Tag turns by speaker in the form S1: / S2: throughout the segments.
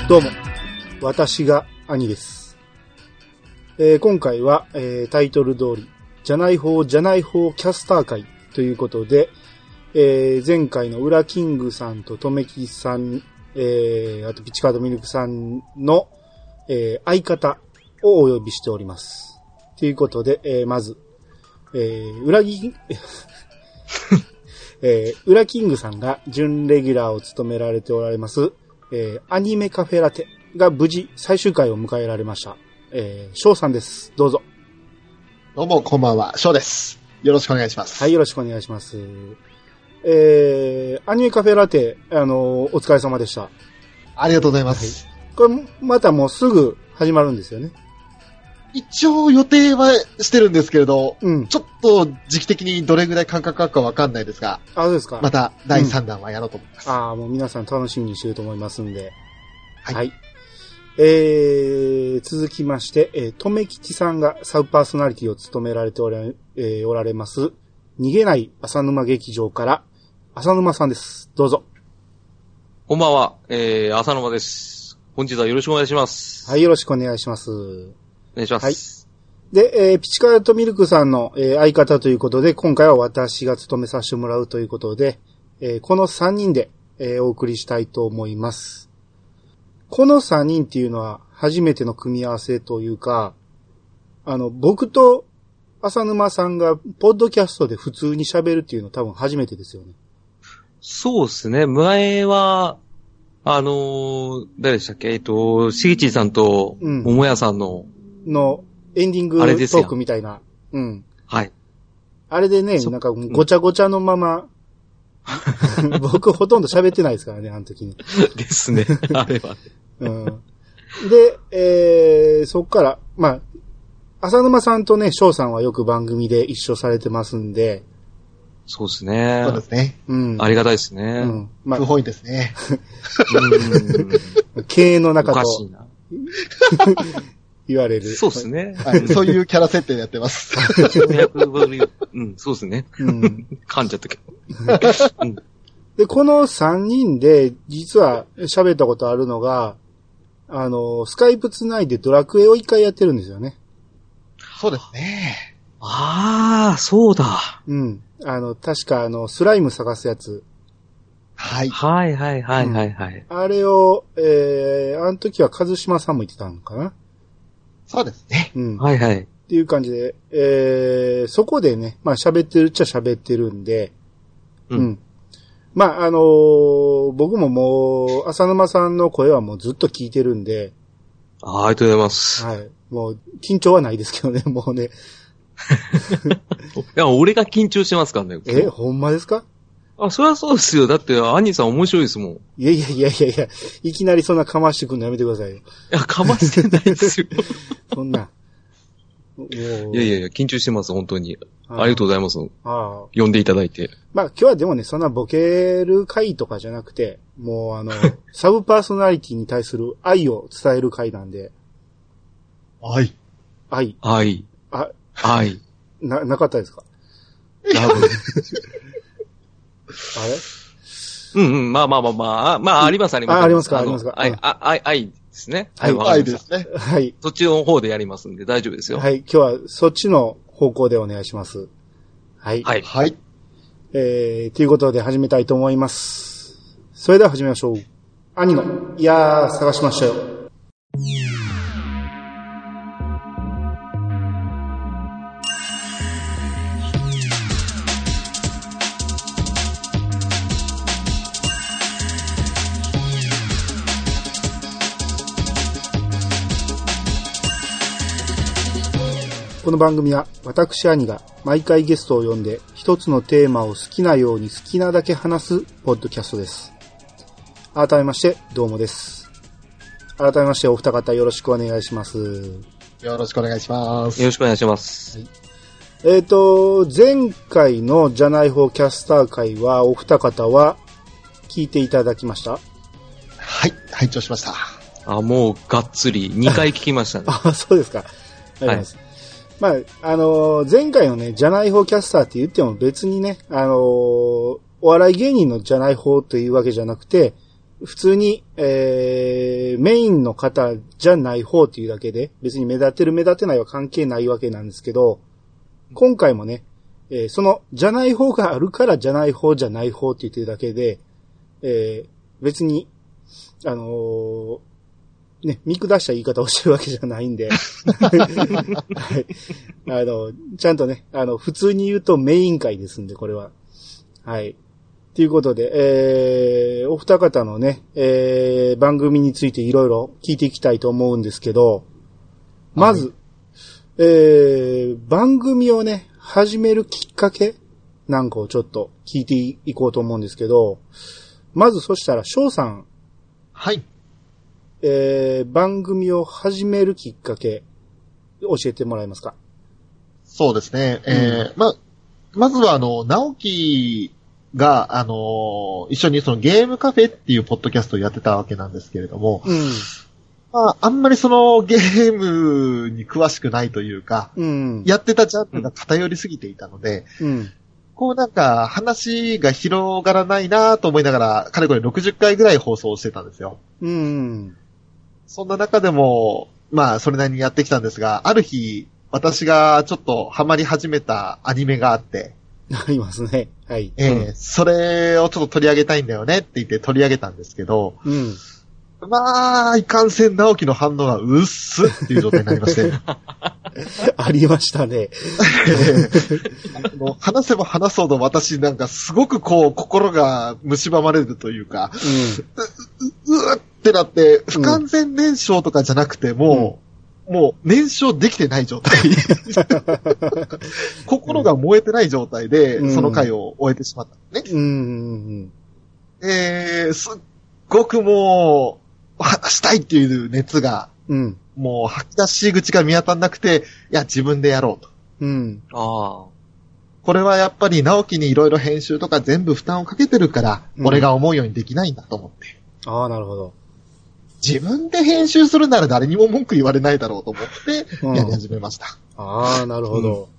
S1: どうも、私が兄です。今回は、タイトル通り、じゃない方キャスター会ということで、前回のウラキングさんととめきさん、あとピチカードミルクさんの、相方をお呼びしております。ということで、まず、ウラキングさんが準レギュラーを務められておられます、アニメカフェラテが無事最終回を迎えられました。翔さんです。どうぞ。
S2: どうも、こんばんは。翔です。よろしくお願いします。
S1: はい、よろしくお願いします。アニメカフェラテ、お疲れ様でした。
S2: ありがとうございます。
S1: はい、これ、またもうすぐ始まるんですよね。
S2: 一応予定はしてるんですけれど、
S1: うん、
S2: ちょっと時期的にどれぐらい間隔あるかわかんないですが、
S1: そうですか。
S2: また第3弾はやろうと思います。
S1: もう皆さん楽しみにしてると思いますんで。
S2: はい。
S1: はい。続きまして、とめきちさんがサブパーソナリティを務められておられます、逃げない浅沼劇場から、浅沼さんです。どうぞ。
S3: こんばんは、浅沼です。本日はよろしくお願いします。
S1: はい、よろしくお願いします。
S3: お願いします。はい。
S1: で、ピチカートミルクさんの、相方ということで、今回は私が務めさせてもらうということで、この3人で、お送りしたいと思います。この3人っていうのは初めての組み合わせというか、僕と浅沼さんがポッドキャストで普通に喋るっていうの多分初めてですよね。
S3: そうですね。前は、誰でしたっけしげちさんと、桃屋さんの
S1: エンディングトークみたいな。うん。
S3: はい。あ
S1: れでね、なんかごちゃごちゃのまま、僕ほとんど喋ってないですからね、あの時に。
S3: ですね、あれは。
S1: うん。で、そっから、まあ、浅沼さんとね、翔さんはよく番組で一緒されてますんで。
S3: そうですね。
S2: そうですね。
S1: うん。
S3: ありがたいですね。
S2: うん。まあ、不本意ですね。
S1: 経営の中と。
S3: おかしいな。
S1: 言われる。
S3: そうですね。
S2: はい。そういうキャラ設定でやってます。
S3: うん、そうですね。うん。噛んじゃったけど。
S1: うん、で、この3人で、実は喋ったことあるのが、スカイプつないでドラクエを1回やってるんですよね。
S2: そうですね。
S3: そうだ。
S1: うん。確かスライム探すやつ。
S2: はい。
S3: はいはい。
S1: あれを、あの時は一島さんも言ってたのかな。
S2: そうですね。
S1: うん。
S3: はいはい。
S1: っていう感じで、そこでね、まあ喋ってるっちゃ喋ってるんで、うん。まあ、僕ももう、浅沼さんの声はもうずっと聞いてるんで。
S3: ありがとうございます。
S1: はい。もう、緊張はないですけどね、もうね。
S3: いや、俺が緊張してますからね。
S1: ほんまですか？
S3: そりゃそうですよ。だって、兄さん面白いですもん。
S1: いや、いきなりそんなかましてくんのやめてくださいよ。い
S3: や、かましてないですよ。
S1: そんな。
S3: いや、緊張してます、本当に。ありがとうございます。呼んでいただいて。
S1: まあ、今日はでもね、そんなボケる回とかじゃなくて、もうサブパーソナリティに対する愛を伝える回なんで。愛。なかったですか？あれ？
S3: まあ、あります。
S1: ありますか？
S3: 愛ですね。
S2: はい、愛ですね。
S1: はい。
S3: そっちの方でやりますんで大丈夫ですよ。
S1: はい、今日はそっちの方向でお願いします。はい。
S2: はい。はい。
S1: ということで始めたいと思います。それでは始めましょう。兄の、探しましたよ。この番組は私兄が毎回ゲストを呼んで一つのテーマを好きなように好きなだけ話すポッドキャストです。改めましてどうもです。改めましてお二方よろしくお願いします。
S2: よろしくお願いします。
S3: よろしくお願いします。はい、
S1: 前回のじゃない方キャスター会はお二方は聞いていただきました？
S2: はい、拝聴しました。
S3: もうがっつり2回聞きましたね。
S1: そうですか。ありがとうございます。まあ、前回のね、じゃない方キャスターって言っても別にね、お笑い芸人のじゃない方というわけじゃなくて、 普通に、メインの方じゃない方っていうだけで、別に目立ってる目立ってないは関係ないわけなんですけど、今回もね、その、じゃない方があるからじゃない方じゃない方って言ってるだけで、別に、ね、見下した言い方をしてるわけじゃないんで、はい、ちゃんとね、普通に言うとメイン回ですんで、これは。はい。ということで、お二方のね、番組についていろいろ聞いていきたいと思うんですけど、まず、番組をね、始めるきっかけなんかをちょっと聞いていこうと思うんですけど、まずそしたら翔さん。
S2: はい。
S1: 番組を始めるきっかけ、教えてもらえますか？
S2: そうですね。まずは直樹が、一緒にそのゲームカフェっていうポッドキャストをやってたわけなんですけれども、
S1: うん。
S2: まあ、あんまりそのゲームに詳しくないというか、
S1: うん。
S2: やってたジャンルが偏りすぎていたので、
S1: うん。
S2: こうなんか話が広がらないなと思いながら、かれこれ60回ぐらい放送してたんですよ。
S1: うん。
S2: そんな中でも、まあそれなりにやってきたんですが、ある日、私がちょっとハマり始めたアニメがあって、
S1: ありますね。はい。
S2: それをちょっと取り上げたいんだよねって言って取り上げたんですけど、
S1: うん。
S2: まあ、いかんせん直樹の反応がうっすっていう状態になりまして。
S1: ありましたね。
S2: 話せば話すほど私なんかすごくこう心が蝕まれるというか、うってなって不完全燃焼とかじゃなくてもう燃焼できてない状態。心が燃えてない状態でその回を終えてしまったね。すっごくもう話したいっていう熱が、もう吐き出し口が見当たんなくて、いや自分でやろうと。これはやっぱり直樹にいろいろ編集とか全部負担をかけてるから、俺が思うようにできないんだと思って。
S1: ああ、なるほど。
S2: 自分で編集するなら誰にも文句言われないだろうと思ってやり始めました。
S1: ああ、なるほど。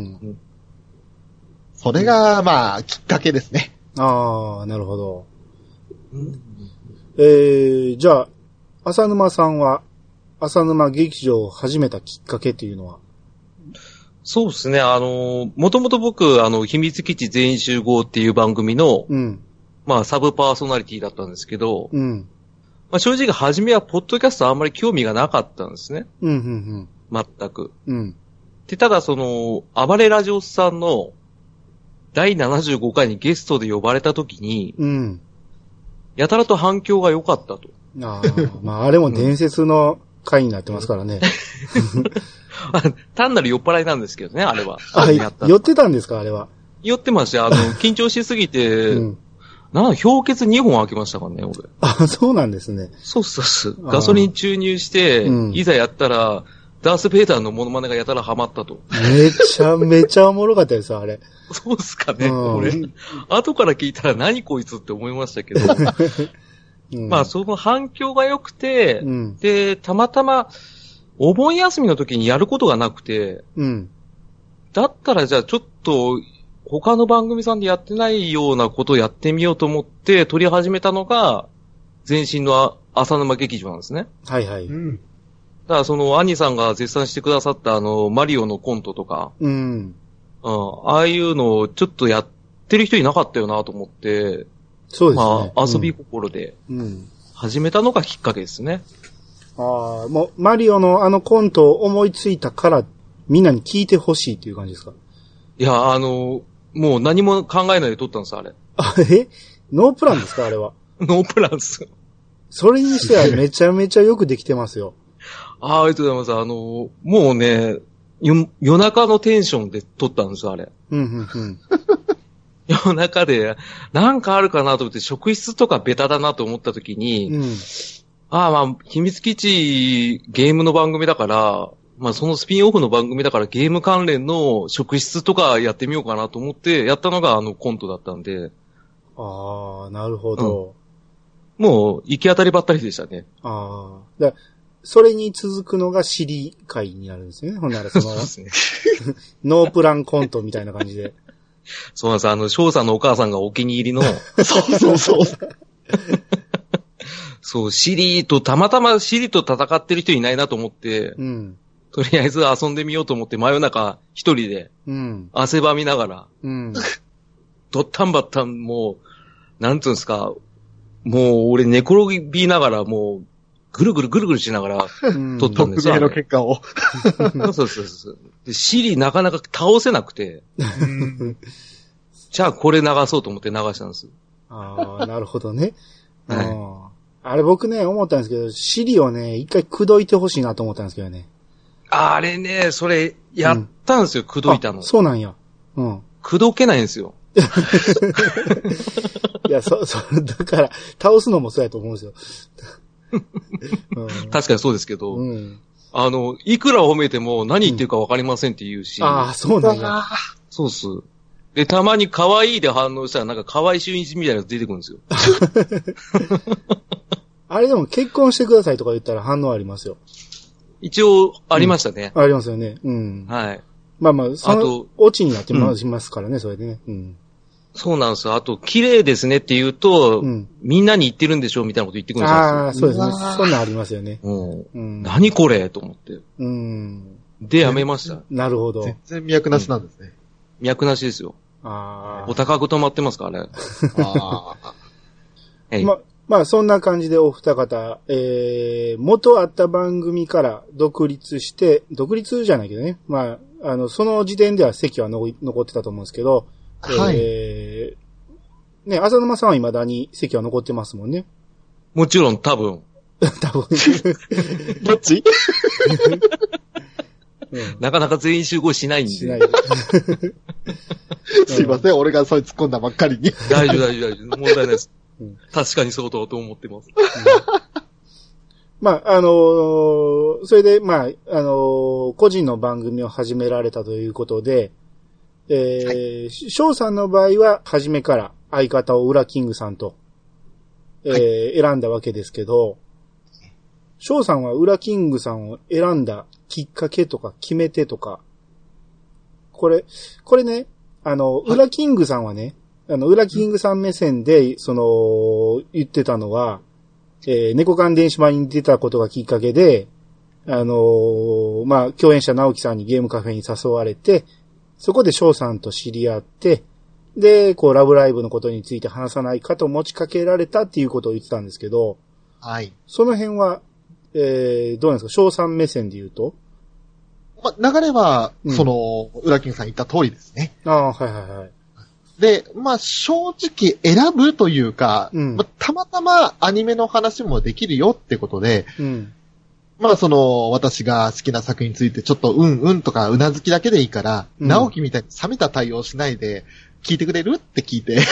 S2: それがまあきっかけですね。
S1: ああ、なるほど。じゃあ浅沼さんは浅沼劇場を始めたきっかけっていうのは？
S3: そうですね。もともと僕秘密基地全員集合っていう番組の、まあサブパーソナリティだったんですけど、まあ、正直初めはポッドキャストあんまり興味がなかったんですね。全く。で、ただ暴れラジオスさんの第75回にゲストで呼ばれた時に、やたらと反響が良かったと。
S1: まあ、あれも伝説の回になってますからね。
S3: 単なる酔っ払いなんですけどね、あれは。
S1: 酔ってたんですか、あれは。
S3: 酔ってました。緊張しすぎて、氷結2本開けましたからね、俺。
S1: あ、そうなんですね。
S3: そう。ガソリン注入して、いざやったら、ダース・ベイダーのモノマネがやたらハマったと。
S1: めちゃめちゃおもろかったですあれ。
S3: そうですかね、俺。後から聞いたら何こいつって思いましたけど。まあ、その反響が良くて、で、たまたま、お盆休みの時にやることがなくて、だったらじゃあちょっと、他の番組さんでやってないようなことをやってみようと思って撮り始めたのが、前身の浅沼劇場なんですね。
S1: はいはい。だ
S3: から兄さんが絶賛してくださったマリオのコントとか、ああいうのをちょっとやってる人いなかったよなと思って、
S1: そうですね。
S3: まあ遊び心で、始めたのがきっかけですね。
S1: もうマリオのコントを思いついたからみんなに聞いてほしいっていう感じですか？
S3: いや、もう何も考えないで撮ったんです、あれ。
S1: ノープランですか、あれは。
S3: ノープランです。
S1: それにしてはめちゃめちゃよくできてますよ。
S3: ありがとうございます。もうね、夜中のテンションで撮ったんです、あれ。夜中で、なんかあるかなと思って、職質とかベタだなと思った時に、まあ、秘密基地ゲームの番組だから、まあそのスピンオフの番組だからゲーム関連の職質とかやってみようかなと思ってやったのがコントだったんで。
S1: ああ、なるほど。
S3: もう行き当たりばったりでしたね。
S1: それに続くのがシリ会になるんですよね。ほんならそうですね。ノープランコントみたいな感じで。
S3: そうなんです。翔さんのお母さんがお気に入りの。
S2: そう。
S3: そう、たまたまシリと戦ってる人いないなと思って、うん、とりあえず遊んでみようと思って真夜中一人で、汗ばみながら、うん、ドッタンバッタンもう、なんつうんですか、もう俺寝転びながらもう、ぐるぐるしながら撮ったんですよ。
S2: の結果を。
S3: そう。で、シリなかなか倒せなくて、じゃあこれ流そうと思って流したんです。
S1: ああ、なるほどね。はい、あれ僕ね、思ったんですけど、シリをね、一回口説いてほしいなと思ったんですけどね。
S3: あれね、それ、やったんですよ、口説いたの。
S1: そうなんや。うん。
S3: 口説けないんですよ。
S1: いや、だから、倒すのもそうやと思うんですよ。
S3: 確かにそうですけど、いくら褒めても何言ってるか分かりませんって言うし。
S1: ああ、そうなんや。
S3: そうっす。で、たまに可愛いで反応したらなんか可愛い俊一みたいなの出てくるんですよ。
S1: あれでも結婚してくださいとか言ったら反応ありますよ。
S3: 一応、ありましたね。
S1: ありますよね。うん。
S3: はい。
S1: まあ、その、オチになってますからね、それでね。うん。
S3: そうなんですよ。あと、綺麗ですねって言うと、みんなに言ってるんでしょみたいなこと言ってくるんですよ。
S1: ああ、そうですね。そんなんありますよね。
S3: 何これと思って。で、やめました。
S1: なるほど。
S2: 全然脈なしなんですね。
S3: 脈なしですよ。
S1: ああ。
S3: お高く止まってますかあれ。あ
S1: あ。まあ、そんな感じでお二方、元あった番組から独立して、独立じゃないけどね。まあ、その時点では席は残ってたと思うんですけど、はい。ね、浅沼さんは未だに席は残ってますもんね。
S3: もちろん、多分。
S1: 多分。
S2: どっち
S3: なかなか全員集合しないんで。
S1: しない。
S2: すいません、俺がそれ突っ込んだばっかりに。
S3: 大丈夫。問題ないです。確かにそうだと思ってます。
S1: まあ、それで、まあ、個人の番組を始められたということで、翔さんの場合は、初めから相方をウラキングさんと、選んだわけですけど、翔さんはウラキングさんを選んだきっかけとか決め手とか、これね、ウラキングさんはね、ウラキングさん目線で、言ってたのは、猫缶電子版に出たことがきっかけで、まあ、共演者直樹さんにゲームカフェに誘われて、そこで翔さんと知り合って、で、ラブライブのことについて話さないかと持ちかけられたっていうことを言ってたんですけど、
S2: はい。
S1: その辺は、どうなんですか？翔さん目線で言うと？
S2: まあ、流れは、ウラキングさん言った通りですね。
S1: ああ、はい。
S2: で、まあ、正直選ぶというか、たまたまアニメの話もできるよってことで、まあ私が好きな作品についてちょっととかうなずきだけでいいから、直樹みたいに冷めた対応しないで聞いてくれるって聞いて。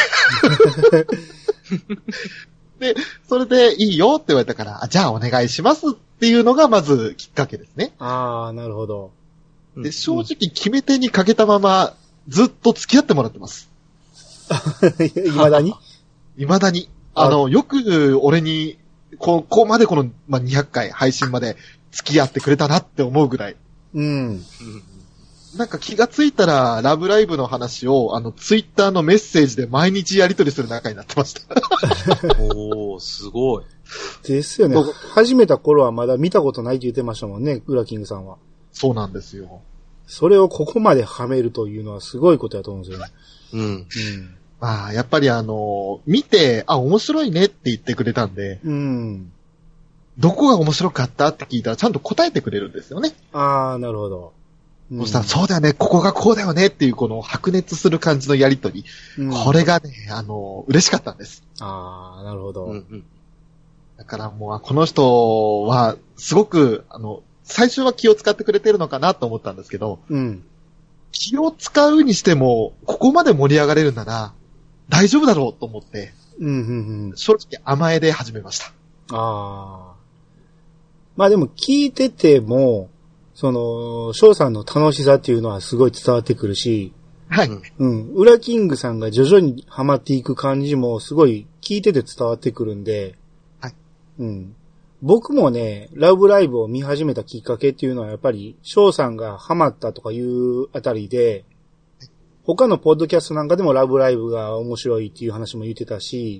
S2: で、それでいいよって言われたから、じゃあお願いしますっていうのがまずきっかけですね。
S1: ああ、なるほど。
S2: で、正直決め手にかけたままずっと付き合ってもらってます。
S1: 未だに
S2: 未だに。よく俺に、ここまで200回配信まで付き合ってくれたなって思うぐらい。なんか気がついたら、ラブライブの話を、ツイッターのメッセージで毎日やり取りする仲になってました。
S3: おー、すごい。
S1: ですよね。始めた頃はまだ見たことないって言ってましたもんね、ウラキングさんは。
S2: そうなんですよ。
S1: それをここまではめるというのはすごいことやと思うんですよね。
S2: まあ、やっぱり見て、面白いねって言ってくれたんで、どこが面白かったって聞いたらちゃんと答えてくれるんですよね。
S1: ああ、なるほど。
S2: そしたら、そうだよね、ここがこうだよねっていう白熱する感じのやりとり。これがね、嬉しかったんです。
S1: ああ、なるほど。
S2: だからもう、この人は、すごく、最初は気を使ってくれてるのかなと思ったんですけど、気を使うにしても、ここまで盛り上がれるなら、大丈夫だろうと思って、正直甘えで始めました。
S1: ああ。まあでも聞いてても、翔さんの楽しさっていうのはすごい伝わってくるし、
S2: はい。
S1: ウラキングさんが徐々にハマっていく感じもすごい聞いてて伝わってくるんで、
S2: はい。
S1: 僕もね、ラブライブを見始めたきっかけっていうのはやっぱり、翔さんがハマったとかいうあたりで、他のポッドキャストなんかでもラブライブが面白いっていう話も言ってたし、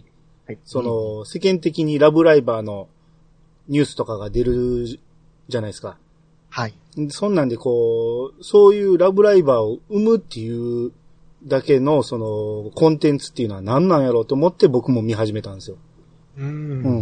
S2: はい、
S1: 世間的にラブライバーのニュースとかが出るじゃないですか。
S2: はい。
S1: そんなんでそういうラブライバーを生むっていうだけのコンテンツっていうのは何なんやろうと思って僕も見始めたんですよ。うん。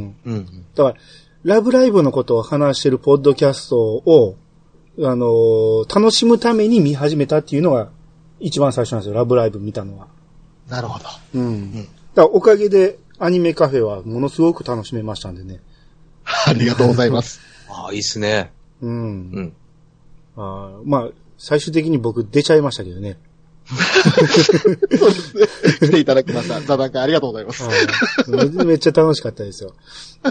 S1: だから、ラブライブのことを話してるポッドキャストを、楽しむために見始めたっていうのが一番最初なんですよ、ラブライブ見たのは。
S2: なるほど。
S1: うん。だからおかげでアニメカフェはものすごく楽しめましたんでね。
S2: ありがとうございます。
S3: ああ、いいっすね。
S1: うん。まあ、最終的に僕出ちゃいましたけどね。
S2: そうですね。来ていただきました。座談会ありがとうございます。
S1: めっちゃ楽しかったですよ。はい。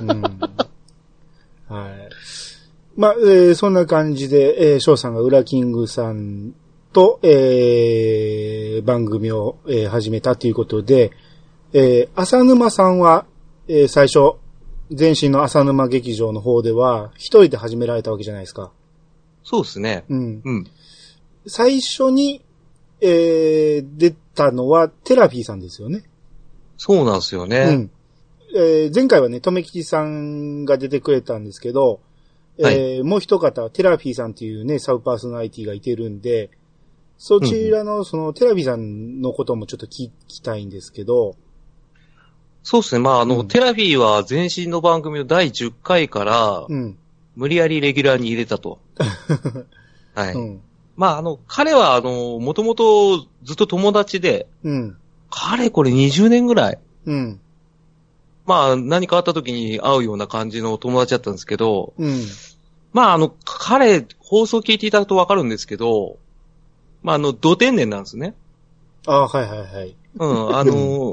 S1: まあ、そんな感じで、翔さんがウラキングさんと、番組を、始めたということで、浅沼さんは、最初、前身の浅沼劇場の方では、一人で始められたわけじゃないですか。
S3: そうですね。
S1: うん。最初に、出たのはテラフィーさんですよね。
S3: そうなんですよね。
S1: 前回はね、とめきちさんが出てくれたんですけど、もう一方、テラフィーさんっていうね、サブパーソナリティがいてるんで、そちらの、テラフィーさんのこともちょっと聞きたいんですけど。
S3: そうですね。まあ、テラフィーは前身の番組の第10回から、無理やりレギュラーに入れたと。はい。まあ、彼は、もともとずっと友達で、かれこれ20年ぐらい。まあ、何かあった時に会うような感じの友達だったんですけど、まあ、彼、放送聞いていただくとわかるんですけど、まあ、ド天然なんですね。
S1: ああ、はいはいはい。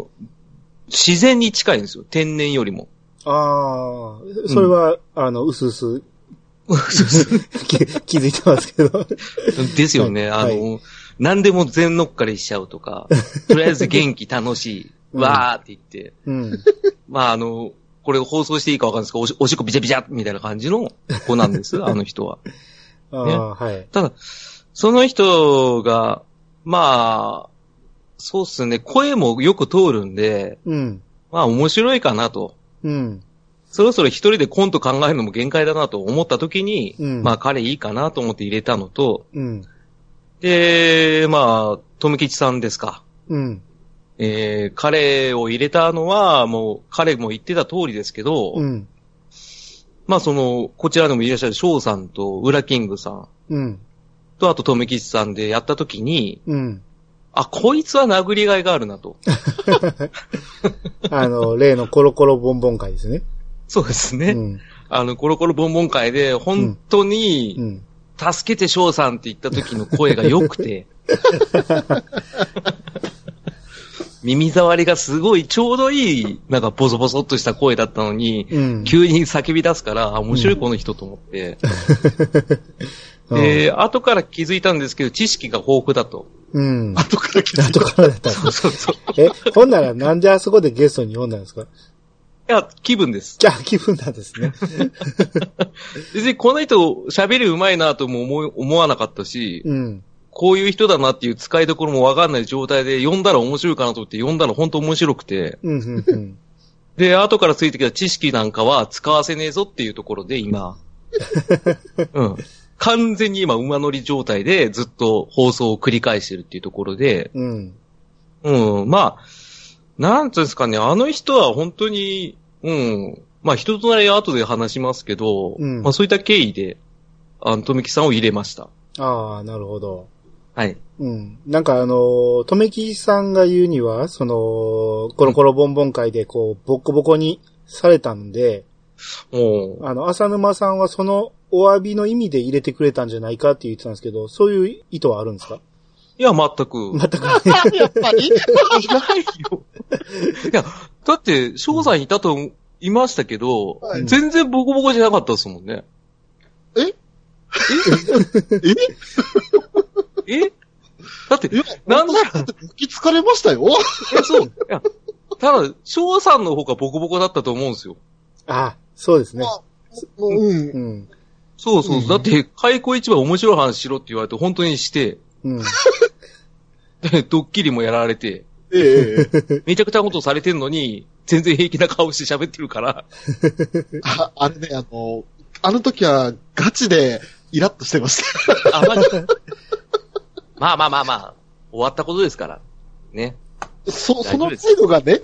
S3: 自然に近いんですよ。天然よりも。
S1: ああ、それは、うすうす気づいてますけど。
S3: ですよね。何でも全乗っかりしちゃうとか、とりあえず元気楽しい、わーって言って、まあこれ放送していいかわかんないですけど、おしっこビチャビチャみたいな感じの子なんです、あの人は。
S1: はい。
S3: ただ、その人が、まあ、そうっすね、声もよく通るんで、まあ面白いかなと。そろそろ一人でコント考えるのも限界だなと思った時に、まあ彼いいかなと思って入れたのと、で、まあ、富吉さんですか。彼を入れたのは、もう彼も言ってた通りですけど、まあこちらでもいらっしゃる翔さんとウラキングさん、とあと富吉さんでやった時に、あ、こいつは殴りがいがあるなと。
S1: 例のコロコロボンボン会ですね。
S3: そうですね。コロコロボンボン会で、本当に、助けて翔さんって言った時の声が良くて、耳障りがすごいちょうどいい、なんかボソボソっとした声だったのに、急に叫び出すから、面白いこの人と思って。で、後から気づいたんですけど、知識が豊富だと。
S2: 後から気づいた。
S1: 後からだったんです。ほんならなんであそこでゲストに呼んだんですか？
S3: いや、気分です。
S1: 気分なんですね。
S3: 別にこの人喋り上手いなとも思わなかったし、こういう人だなっていう使いどころもわかんない状態で呼んだら面白いかなと思って呼んだら本当面白くて、で、後からついてきた知識なんかは使わせねえぞっていうところで今、完全に今馬乗り状態でずっと放送を繰り返してるっていうところで、まあ、なんていうんですかね、あの人は本当に、まあ人となり後で話しますけど、まあそういった経緯で、富木さんを入れました。
S1: ああ、なるほど。
S3: はい。
S1: なんか富木さんが言うには、コロコロボンボン会でこう、ボコボコにされたんで、浅沼さんはそのお詫びの意味で入れてくれたんじゃないかって言ってたんですけど、そういう意図はあるんですか？
S3: いや、全く。
S1: 全く。
S2: やっぱり
S3: ないよ。いや、だって、翔さんいたと、いましたけど、全然ボコボコじゃなかったですもんね。だって、なんなら。
S2: 吹きつかれましたよ。
S3: そう。いや、ただ、翔さんの方がボコボコだったと思うんですよ。
S1: あ、そうですね。
S3: そうそう。だって、開口一番面白い話しろって言われて本当にして、で、ドッキリもやられて、めちゃくちゃことされてんのに、 全然平気な顔して喋ってるから。
S2: あれね、あの時はガチでイラッとしてました。
S3: まあ、終わったことですから。ね。
S2: その態度がね。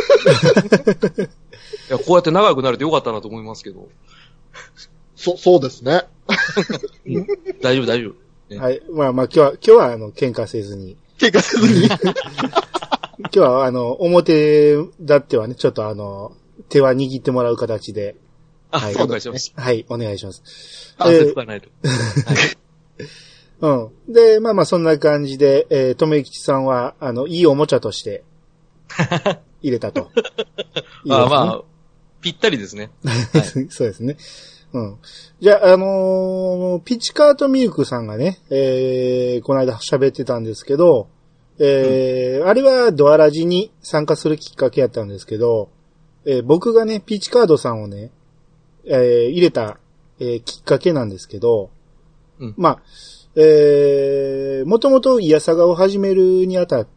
S3: いや、こうやって仲良くなれてよかったなと思いますけど。
S2: そうですね。
S3: 大丈夫。
S1: ね、はい。まあ今日は喧嘩せずに。
S2: 喧嘩せずに。
S1: 今日は表だってはね、ちょっと手は握ってもらう形で。
S3: はい、お願いします。
S1: はい、お願いします。
S3: 汗つかないと。
S1: うん。で、まあそんな感じで、とめきちさんは、いいおもちゃとして、入れたと。
S3: いいね、まあ、ぴったりですね。はい、
S1: そうですね。うん。じゃあ、ピチカートミルクさんがね、この間喋ってたんですけど、あれはドアラジに参加するきっかけやったんですけど、僕がね、ピチカードさんをね、入れた、きっかけなんですけど、
S3: うん、
S1: まあ、もともとイヤサガを始めるにあたって、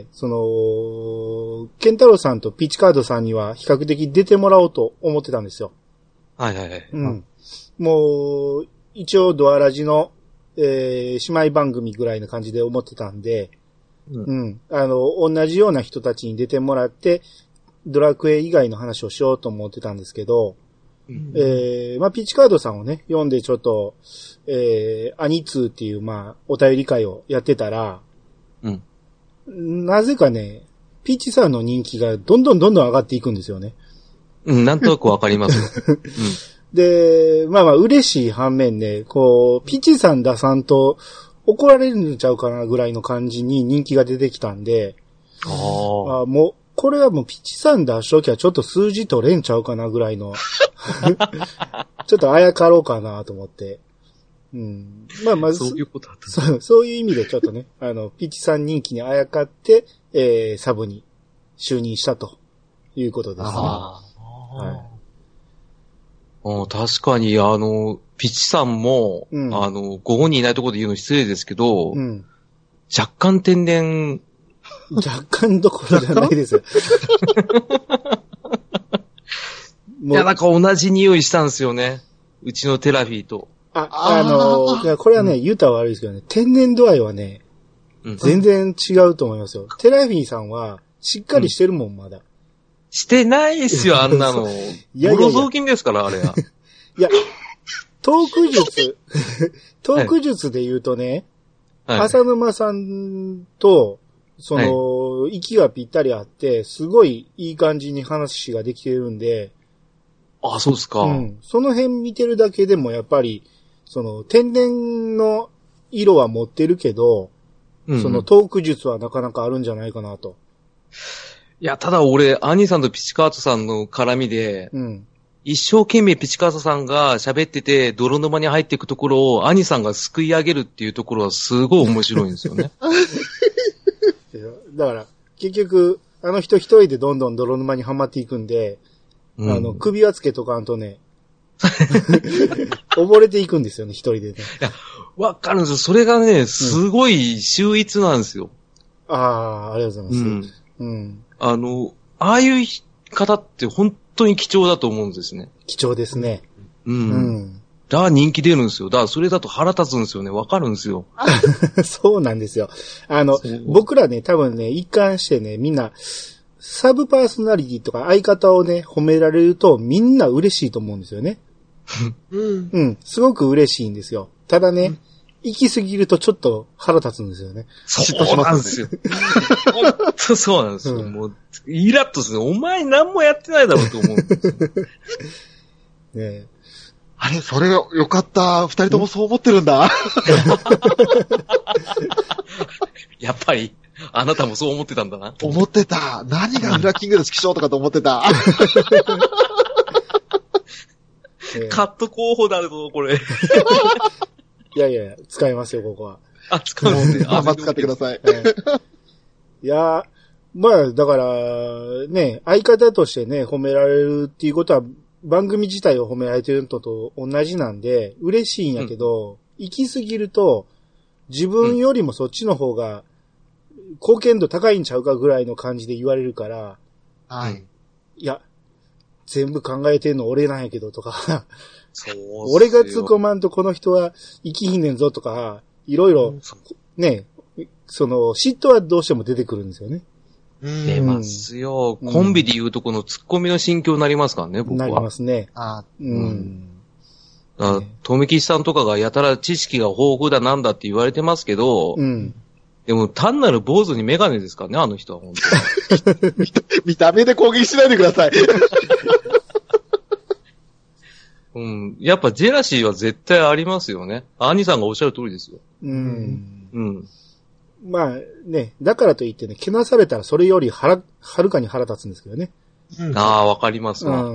S1: ケンタロウさんとピチカードさんには比較的出てもらおうと思ってたんですよ。
S3: はいはいはい。
S1: うん。もう、一応ドアラジの、姉妹番組ぐらいな感じで思ってたんで、うん。同じような人たちに出てもらって、ドラクエ以外の話をしようと思ってたんですけど、
S3: うん、
S1: まあ、ピチカードさんをね、読んでちょっと、アニツーっていう、まあ、お便り会をやってたら、
S3: うん。
S1: なぜかね、ピチさんの人気がどんどん上がっていくんですよね。
S3: うん、なんとなくわかります。うん。
S1: で、まあ嬉しい反面ね、ピチさん出さんと怒られるんちゃうかなぐらいの感じに人気が出てきたんで、もう、これはもうピチさん出しときはちょっと数字取れんちゃうかなぐらいの、ちょっとあやかろうかなと思って。うん。まあ、
S3: そういうことだった。
S1: そういう意味でちょっとね、ピチさん人気にあやかって、サブに就任したということですね。はい。
S3: 確かに、ピチさんも、
S1: うん、
S3: ご本人いないところで言うの失礼ですけど、
S1: うん、
S3: 若干天然。
S1: 若干どころじゃないですよ。
S3: いや、なんか同じ匂いしたんですよね。うちのテラフィーと。
S1: これはね、言うたら悪いですけどね、天然度合いはね、全然違うと思いますよ。テラフィーさんは、しっかりしてるもん、まだ。
S3: してないですよ、あんなの。ボロ雑巾ですから、あれは。
S1: いや、トーク術で言うとね、はい、浅沼さんと、息がぴったりあって、すごいいい感じに話ができてるんで、
S3: あ、そうですか。
S1: うん。その辺見てるだけでもやっぱり、天然の色は持ってるけど、トーク術はなかなかあるんじゃないかなと。
S3: いや、ただ俺、アニさんとピチカートさんの絡みで、一生懸命ピチカートさんが喋ってて、泥沼に入っていくところを、アニさんがすくい上げるっていうところはすごい面白いんですよね。
S1: だから、結局、一人でどんどん泥沼にはまっていくんで、首輪つけとかんとね、溺れていくんですよね、一人でね。
S3: いや、わかるんですよ。それがね、すごい秀逸なんですよ。
S1: ありがとうございます。
S3: ああいう方って本当に貴重だと思うんですね。
S1: 貴重ですね。
S3: だから人気出るんですよ。だからそれだと腹立つんですよね。わかるんですよ。
S1: そうなんですよ。僕らね、多分ね、一貫してね、みんな、サブパーソナリティとか相方をね、褒められるとみんな嬉しいと思うんですよね。すごく嬉しいんですよ。ただね、行き過ぎるとちょっと腹立つんですよね。
S3: そうなんですよ。本当そうなんですよ。もう、イラッとする。お前何もやってないだろうと思うんですよ。
S1: ね
S2: あれ、それよかった。二人ともそう思ってるんだ。
S3: やっぱり、あなたもそう思ってたんだな。
S2: 思ってた。何が裏キングの指揮所とかと思ってた。
S3: カット候補だぞ、これ。
S1: いや、使いますよ、ここは。
S3: 使うんですね。
S2: まあ、使ってください。
S1: いや、まあ、だから、ね、相方としてね、褒められるっていうことは、番組自体を褒められてるのと同じなんで、嬉しいんやけど、行き過ぎると、自分よりもそっちの方が、貢献度高いんちゃうかぐらいの感じで言われるから、
S2: はい。
S1: いや、全部考えてんの俺なんやけどとか、
S3: そう
S1: 俺が突っ込まんとこの人は生きひんねんぞとか、いろいろ、ね、嫉妬はどうしても出てくるんですよね。
S3: 出ますよ。コンビで言うとこの突っ込みの心境になりますからね、僕は。
S1: なりますね。
S3: 富吉さんとかがやたら知識が豊富だなんだって言われてますけど、でも単なる坊主にメガネですからね、あの人は本当に。
S2: 見た目で攻撃しないでください。
S3: やっぱジェラシーは絶対ありますよね。兄さんがおっしゃる通りですよ。
S1: まあね、だからといってね、けなされたらそれよりはるかに腹立つんですけどね。
S3: わかりますわ。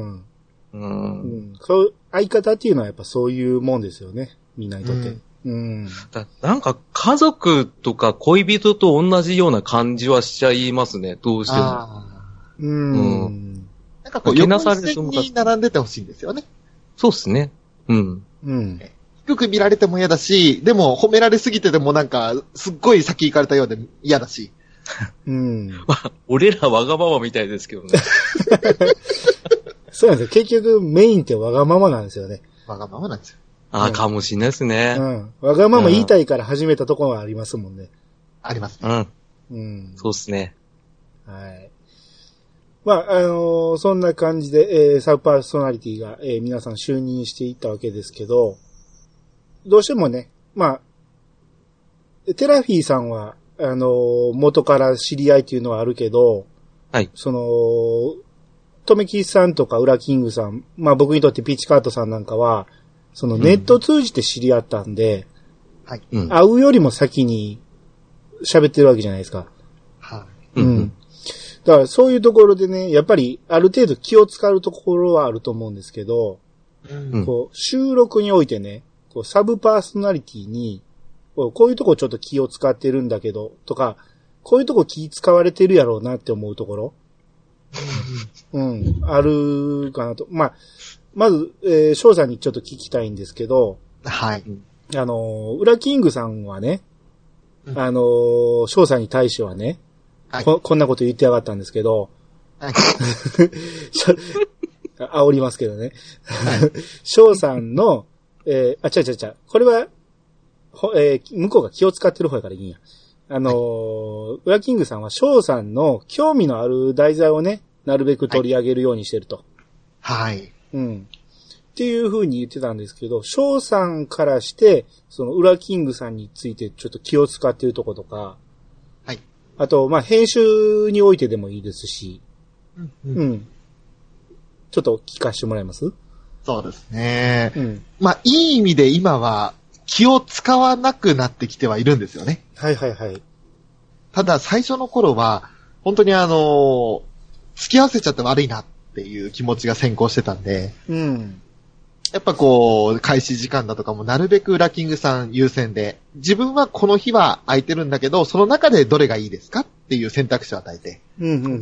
S1: 相方っていうのはやっぱそういうもんですよね。みんなにとって。
S3: なんか家族とか恋人と同じような感じはしちゃいますね、どうしても。
S2: なんかこう、横一線に並んでてほしいんですよね。
S3: そうっすね。
S2: 低く見られても嫌だし、でも褒められすぎててもなんか、すっごい先行かれたようで嫌だし。
S3: 俺らわがままみたいですけどね。
S1: そうなんですよ。結局メインってわがままなんですよね。
S2: わがままなんですよ。
S3: かもしれないですね。
S1: わがまま言いたいから始めたところはありますもんね。
S2: ありますね。
S3: そうっすね。
S1: はい。まあ、そんな感じで、サブパーソナリティが、皆さん就任していったわけですけど、どうしてもね、まあ、テラフィーさんは、元から知り合いっていうのはあるけど、
S3: はい。
S1: とめきさんとかウラキングさん、まあ僕にとってピッチカートさんなんかは、ネット通じて知り合ったんで、
S2: はい。
S1: 会うよりも先に喋ってるわけじゃないですか。
S2: はい。
S1: だからそういうところでね、やっぱりある程度気を使うところはあると思うんですけど、こう収録においてね、こうサブパーソナリティに、こういうとこちょっと気を使ってるんだけど、とか、こういうとこ気使われてるやろうなって思うところ、あるかなと。まあ、まず、翔さんにちょっと聞きたいんですけど、
S2: はい。
S1: ウラキングさんはね、翔さんに対してはね、こんなこと言ってやがったんですけど、煽りますけどね。翔さんの、違う。これは、向こうが気を使ってる方やからいいんや。ウラキングさんは翔さんの興味のある題材をね、なるべく取り上げるようにしてると。
S2: はい。
S1: っていう風に言ってたんですけど、翔さんからして、ウラキングさんについてちょっと気を使ってるとことか、
S2: はい。
S1: あと、まあ、編集においてでもいいですし、ちょっと聞かせてもらえます？
S2: そうですね。まあ、いい意味で今は気を使わなくなってきてはいるんですよね。
S1: はい。
S2: ただ、最初の頃は、本当に付き合わせちゃって悪いなっていう気持ちが先行してたんで、やっぱこう、開始時間だとかもなるべくラキングさん優先で、自分はこの日は空いてるんだけど、その中でどれがいいですかっていう選択肢を与えて、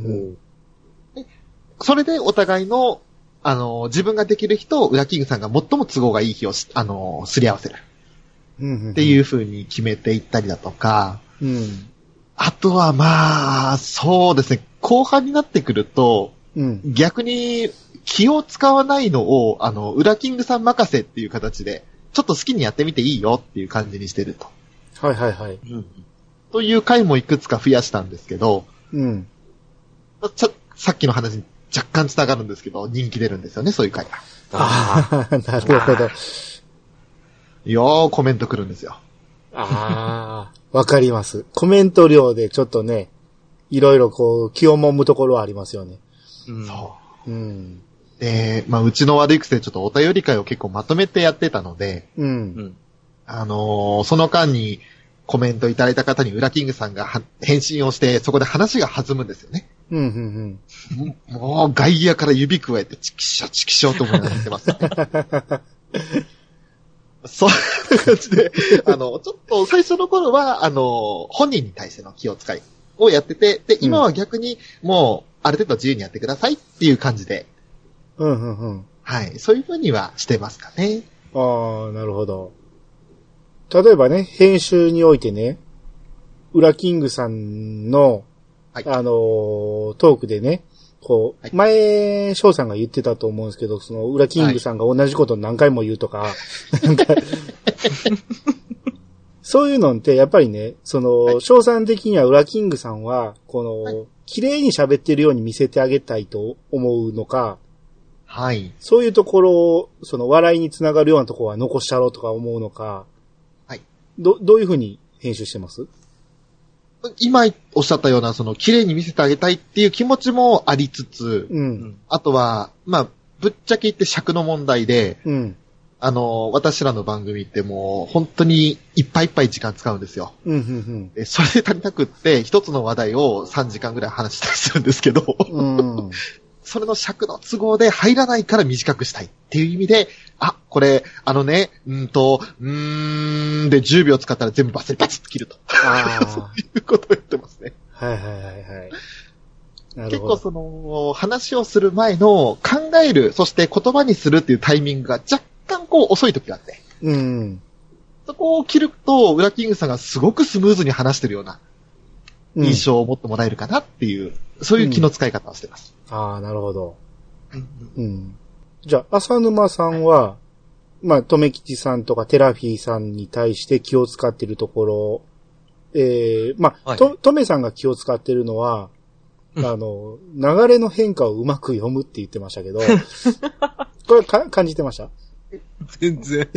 S2: それでお互いの、自分ができる日とウラキングさんが最も都合がいい日をすり合わせる。っていう風に決めていったりだとか、あとはまあ、そうですね、後半になってくると、逆に気を使わないのを、ウラキングさん任せっていう形で、ちょっと好きにやってみていいよっていう感じにしてると。
S1: はい。
S2: という回もいくつか増やしたんですけど、さっきの話に若干繋がるんですけど、人気出るんですよね、そういう回が。
S1: なるほど。
S2: よーコメント来るんですよ。
S1: わかります。コメント量でちょっとね、いろいろこう、気を揉むところはありますよね。
S2: そう。で、まあ、うちの悪い癖でちょっとお便り会を結構まとめてやってたので、その間にコメントいただいた方にウラキングさんが返信をして、そこで話が弾むんですよね。もう外野から指くわえて、チキショと思いながら言ってます、ね。そういう感じで、ちょっと最初の頃は、本人に対しての気を使いをやってて、で、今は逆にもう、ある程度自由にやってくださいっていう感じで。はい。そういう風にはしてますかね。
S1: なるほど。例えばね、編集においてね、ウラキングさんの、トークでね、 こう、前、翔さんが言ってたと思うんですけど、その、ウラキングさんが同じことを何回も言うとか、なんか、そういうのって、やっぱりね、その、翔さん的にはウラキングさんは、この、綺麗に喋ってるように見せてあげたいと思うのか、
S2: はい。
S1: そういうところを、その、笑いにつながるようなところは残しちゃろうとか思うのか、
S2: はい。
S1: どういうふうに編集してます？
S2: 今おっしゃったような、その、綺麗に見せてあげたいっていう気持ちもありつつ、
S1: うん。
S2: あとは、まあ、ぶっちゃけ言って尺の問題で、
S1: うん。
S2: 私らの番組ってもう、本当にいっぱいいっぱい時間使うんですよ。
S1: うん、
S2: でそれで足りなくって、一つの話題を3時間ぐらい話したりするんですけど、
S1: うん。
S2: それの尺の都合で入らないから短くしたいっていう意味で、これ、で10秒使ったら全部バツッ切ると。そういうことを言ってますね。
S1: はい。
S2: 結構その、話をする前の考える、そして言葉にするっていうタイミングが若干こう遅い時があって。
S1: うん。
S2: そこを切ると、ウラキングさんがすごくスムーズに話してるような印象を持ってもらえるかなっていう、そういう気の使い方をしてます。
S1: なるほど。うん。じゃあ、浅沼さんは、まあ、とめきちさんとかテラフィーさんに対して気を使ってるところ、まあ、とめさんが気を使ってるのは、流れの変化をうまく読むって言ってましたけど、これ感じてました？
S3: 全然。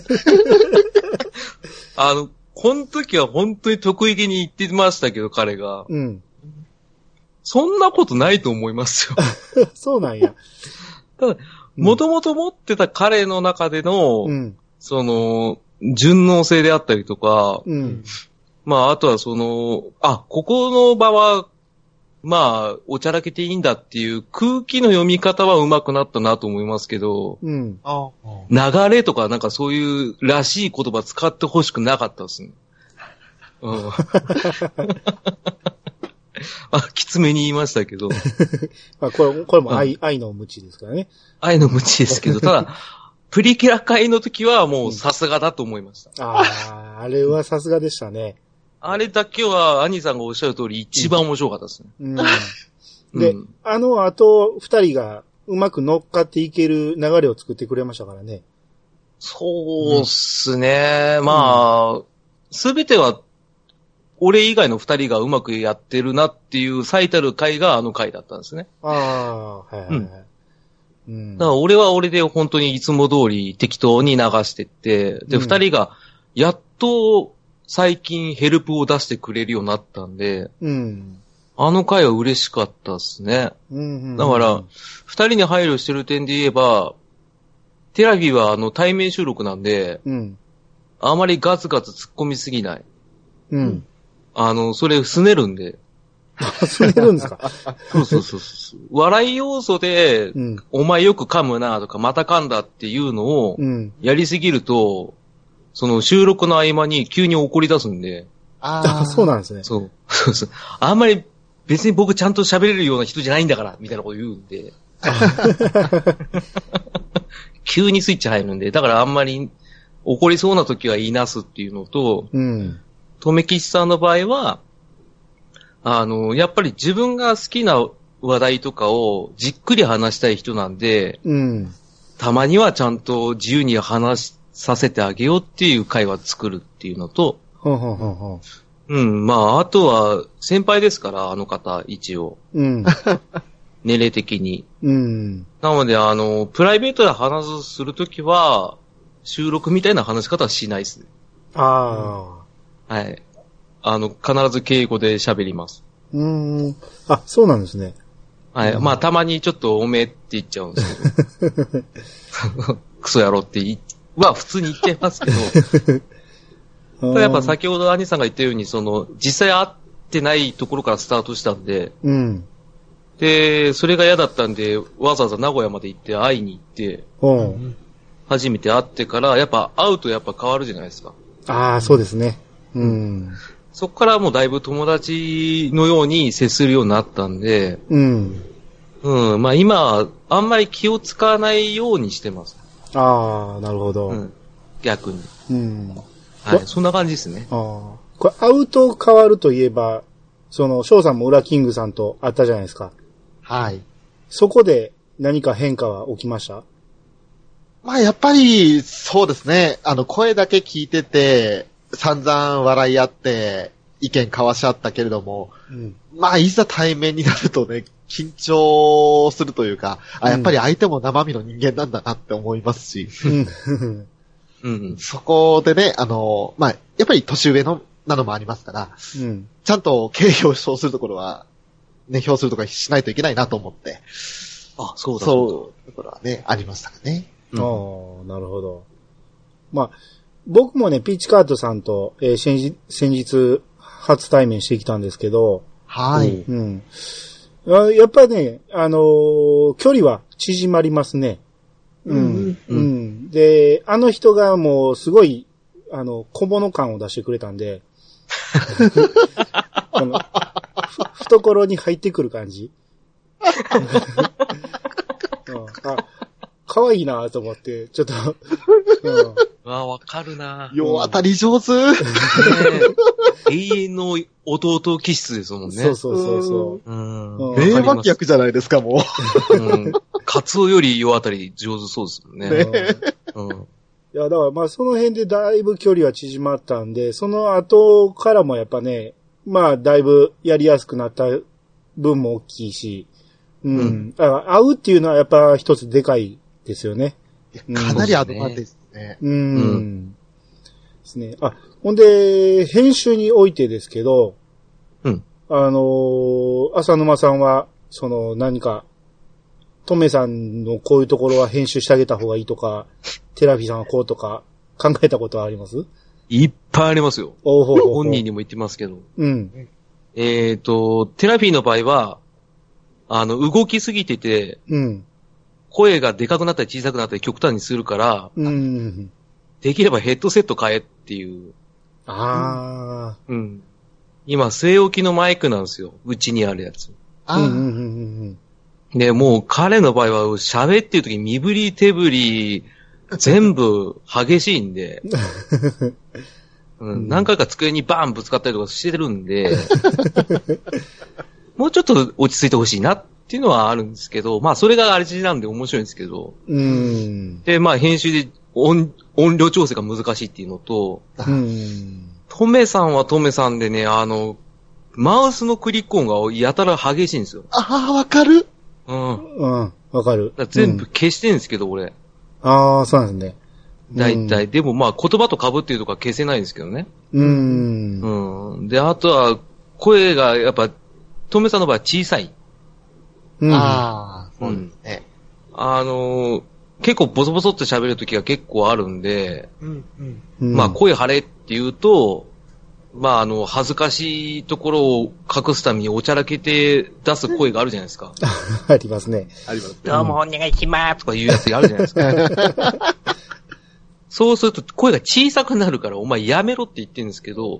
S3: この時は本当に得意げに言ってましたけど、彼が。
S1: うん。
S3: そんなことないと思います
S1: よ。そうなんや。
S3: ただ、もともと持ってた彼の中での、
S1: うん、
S3: その、順応性であったりとか、
S1: うん、
S3: まあ、あとはその、ここの場は、まあ、おちゃらけていいんだっていう空気の読み方は上手くなったなと思いますけど、
S1: うん、
S3: 流れとかなんかそういうらしい言葉使ってほしくなかったですね。うん。きつめに言いましたけど。
S1: これも愛の無知ですからね。
S3: 愛の無知ですけど、ただ、プリキュラ会の時はもうさすがだと思いました。
S1: あれはさすがでしたね。
S3: あれだけは、兄さんがおっしゃる通り一番面白かったですね。
S1: で、あと、二人がうまく乗っかっていける流れを作ってくれましたからね。
S3: そうっすね。まあ、すべては、俺以外の二人がうまくやってるなっていう最たる回があの回だったんですね。
S1: はい。
S3: だから俺は俺で本当にいつも通り適当に流してって、で、二人がやっと最近ヘルプを出してくれるようになったんで、あの回は嬉しかったですね。だから、二人に配慮してる点で言えば、テラビは対面収録なんで、あまりガツガツ突っ込みすぎない。それ、すねるんで。
S1: すねるんですか？
S3: そう。笑い要素で、お前よく噛むなとか、また噛んだっていうのを、やりすぎると、その収録の合間に急に怒り出すんで。
S1: そうなんですね。
S3: そう。あんまり別に僕ちゃんと喋れるような人じゃないんだから、みたいなこと言うんで。急にスイッチ入るんで、だからあんまり怒りそうな時は言いなすっていうのと、とめきちさんの場合は、やっぱり自分が好きな話題とかをじっくり話したい人なんで、たまにはちゃんと自由に話させてあげようっていう会話作るっていうのと、まあ、あとは先輩ですから、あの方、一応。年齢的に。なので、プライベートで話するときは、収録みたいな話し方はしないですね。はい。必ず敬語で喋ります。
S1: そうなんですね。
S3: はい。まあ、たまにちょっとおめえって言っちゃうんですけど。クソ野郎って普通に言っちゃいますけど。ただやっぱ先ほど兄さんが言ったように、実際会ってないところからスタートしたんで、で、それが嫌だったんで、わざわざ名古屋まで行って会いに行って、初めて会ってから、やっぱ会うとやっぱ変わるじゃないですか。
S1: そうですね。
S3: そこからもうだいぶ友達のように接するようになったんで、まあ今、あんまり気を使わないようにしてます。
S1: なるほど。
S3: 逆に。はい、そんな感じですね。
S1: これ、会うと変わるといえば、翔さんもウラキングさんと会ったじゃないですか。
S2: はい。
S1: そこで何か変化は起きました？
S2: まあやっぱり、そうですね。声だけ聞いてて、散々笑い合って、意見交わし合ったけれども、うん、まあいざ対面になるとね、緊張するというか、やっぱり相手も生身の人間なんだなって思いますし、うん、そこでね、まあやっぱり年上なのもありますから、うん、ちゃんと敬意を表するところは、ね、表するところしないといけないなと思って、
S3: そうだ。
S2: そう、ところはね、ありましたかね。
S1: なるほど。まあ、僕もね、ピーチカートさんと、先日、初対面してきたんですけど、
S2: はい。
S1: うん。やっぱね、距離は縮まりますね。うん。うん。で、人がもうすごい、小物感を出してくれたんで、懐に入ってくる感じ。可愛いなと思って、ちょっと、
S3: わかるな
S2: 世当たり上手、
S3: 永遠の弟気質ですもんね。
S1: そう。
S2: 名脇役じゃないですか、もう。
S3: カツオより世当たり上手そうですもんね。
S1: いや、だからまあその辺でだいぶ距離は縮まったんで、その後からもやっぱね、まあだいぶやりやすくなった分も大きいし、会うっていうのはやっぱ一つでかいですよね。
S2: かなりアドバンテージですね。
S1: ですね。ほんで、編集においてですけど、浅沼さんは、何か、トメさんのこういうところは編集してあげた方がいいとか、テラフィさんはこうとか、考えたことはあります？
S3: いっぱいありますよ。本人にも言ってますけど。テラフィの場合は、動きすぎてて、声がでかくなったり小さくなったり極端にするから、できればヘッドセット買えっていう。今、据え置きのマイクなんですよ。うちにあるやつ。で、もう彼の場合は喋ってる時に身振り手振り全部激しいんで、何回か机にバーンぶつかったりとかしてるんで、もうちょっと落ち着いてほしいなっていうのはあるんですけど、まあそれがあれなんで面白いんですけど、で、まあ編集で音量調整が難しいっていうのと、トメさんはトメさんでね、マウスのクリック音がやたら激しいんですよ。
S2: わかる？
S1: わかる。
S3: 全部消してるんですけど、俺。
S1: そうなんですね。
S3: 大体。でもまあ言葉と被っていうとか消せないんですけどね。で、あとは声がやっぱ、トメさんの場合は小さい。
S2: そうですね。
S3: 結構ボソボソって喋るときが結構あるんで、まあ声張れって言うと、まあ恥ずかしいところを隠すためにおちゃらけて出す声があるじゃないですか。
S1: ありますね。
S3: どうもお願いしますとか言うやつがあるじゃないですか。そうすると声が小さくなるからお前やめろって言ってるんですけど、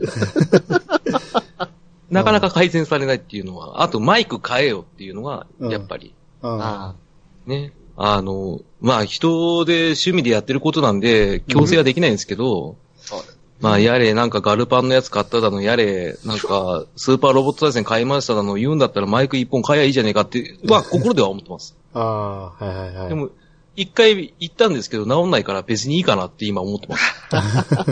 S3: なかなか改善されないっていうのは、あとマイク変えよっていうのが、やっぱり。ね。まあ人で趣味でやってることなんで、強制はできないんですけど、まあやれなんかガルパンのやつ買っただの、やれなんかスーパーロボット対戦買いましただの言うんだったらマイク一本買えばいいじゃねえかって、心では思ってます。でも、一回言ったんですけど治んないから別にいいかなって今思ってます。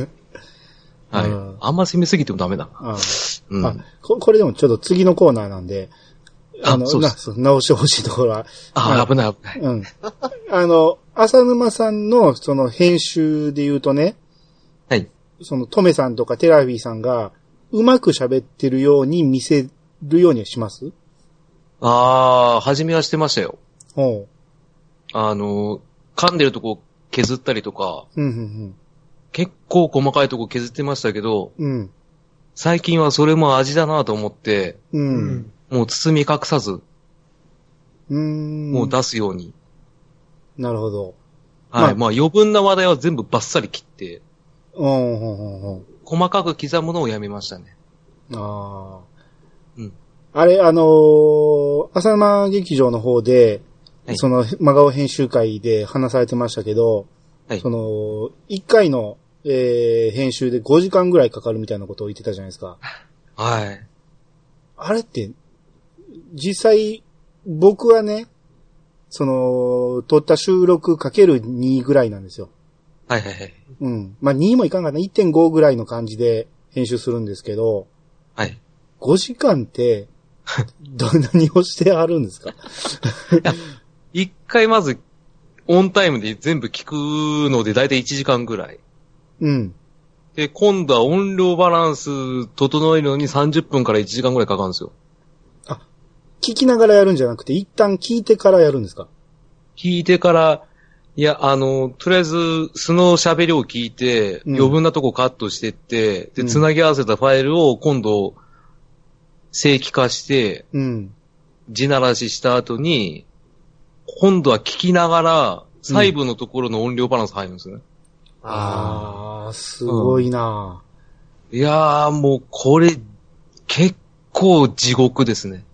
S3: あんま攻めすぎてもダメだな。
S1: これでもちょっと次のコーナーなんで、直してほしいところは。
S3: 危ない。
S1: 浅沼さんのその編集で言うとね、
S3: はい。
S1: トメさんとかテラフィーさんがうまく喋ってるように見せるようにはします？
S3: 初めはしてましたよ。噛んでるとこ削ったりとか、結構細かいとこ削ってましたけど、最近はそれも味だなと思って、もう包み隠さず、もう出すように。
S1: なるほど。
S3: まあ余分な話題は全部バッサリ切って、細かく刻むのをやめましたね。
S1: あれ、浅沼劇場の方で、その真顔編集会で話されてましたけど、1回の、編集で5時間ぐらいかかるみたいなことを言ってたじゃないですか。
S3: はい。
S1: あれって、実際、僕はね、 撮った収録かける2ぐらいなんですよ。
S3: はいはいはい。
S1: うん。まあ、2もいかんかな。1.5 ぐらいの感じで編集するんですけど、
S3: はい。
S1: 5時間って、何をしてあるんですか？
S3: 一回まず、オンタイムで全部聞くのでだいたい1時間ぐらい。
S1: うん。
S3: で、今度は音量バランス整えるのに30分から1時間ぐらいかかるんですよ。
S1: あ、聞きながらやるんじゃなくて、一旦聞いてからやるんですか？
S3: 聞いてから、いや、とりあえず、素の喋りを聞いて、余分なとこカットしてって、で、繋ぎ合わせたファイルを今度、正規化して、地ならしした後に、今度は聞きながら、細部のところの音量バランス入るんですね。
S1: ああ、すごいな、
S3: いやー、もう、これ、結構地獄ですね。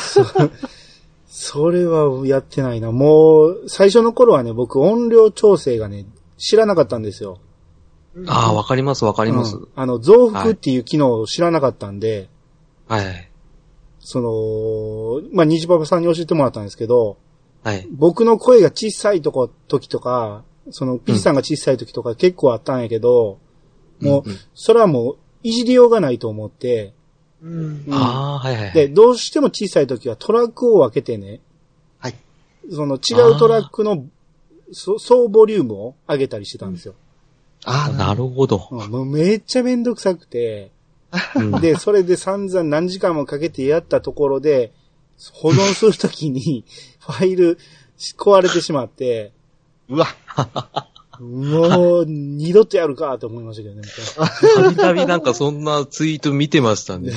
S1: それはやってないな。もう、最初の頃はね、僕音量調整がね、知らなかったんですよ。
S3: ああ、わかりますわかります。
S1: 増幅っていう機能を知らなかったんで、
S3: はい。
S1: まあ、虹パパさんに教えてもらったんですけど、
S3: はい。
S1: 僕の声が小さい時とか、ピッチさんが小さい時とか結構あったんやけど、もう、それはもう、いじりようがないと思って、
S3: ああ、はいはい。
S1: で、どうしても小さい時はトラックを分けてね、
S2: はい。
S1: 違うトラックの総ボリュームを上げたりしてたんですよ。
S3: ああ、なるほど。
S1: もうめっちゃめんどくさくて、で、それで散々何時間もかけてやったところで、保存するときにファイル壊れてしまって、
S2: うわ。
S1: もう二度とやるかと思いましたけどね。
S3: たびたびなんかそんなツイート見てましたね。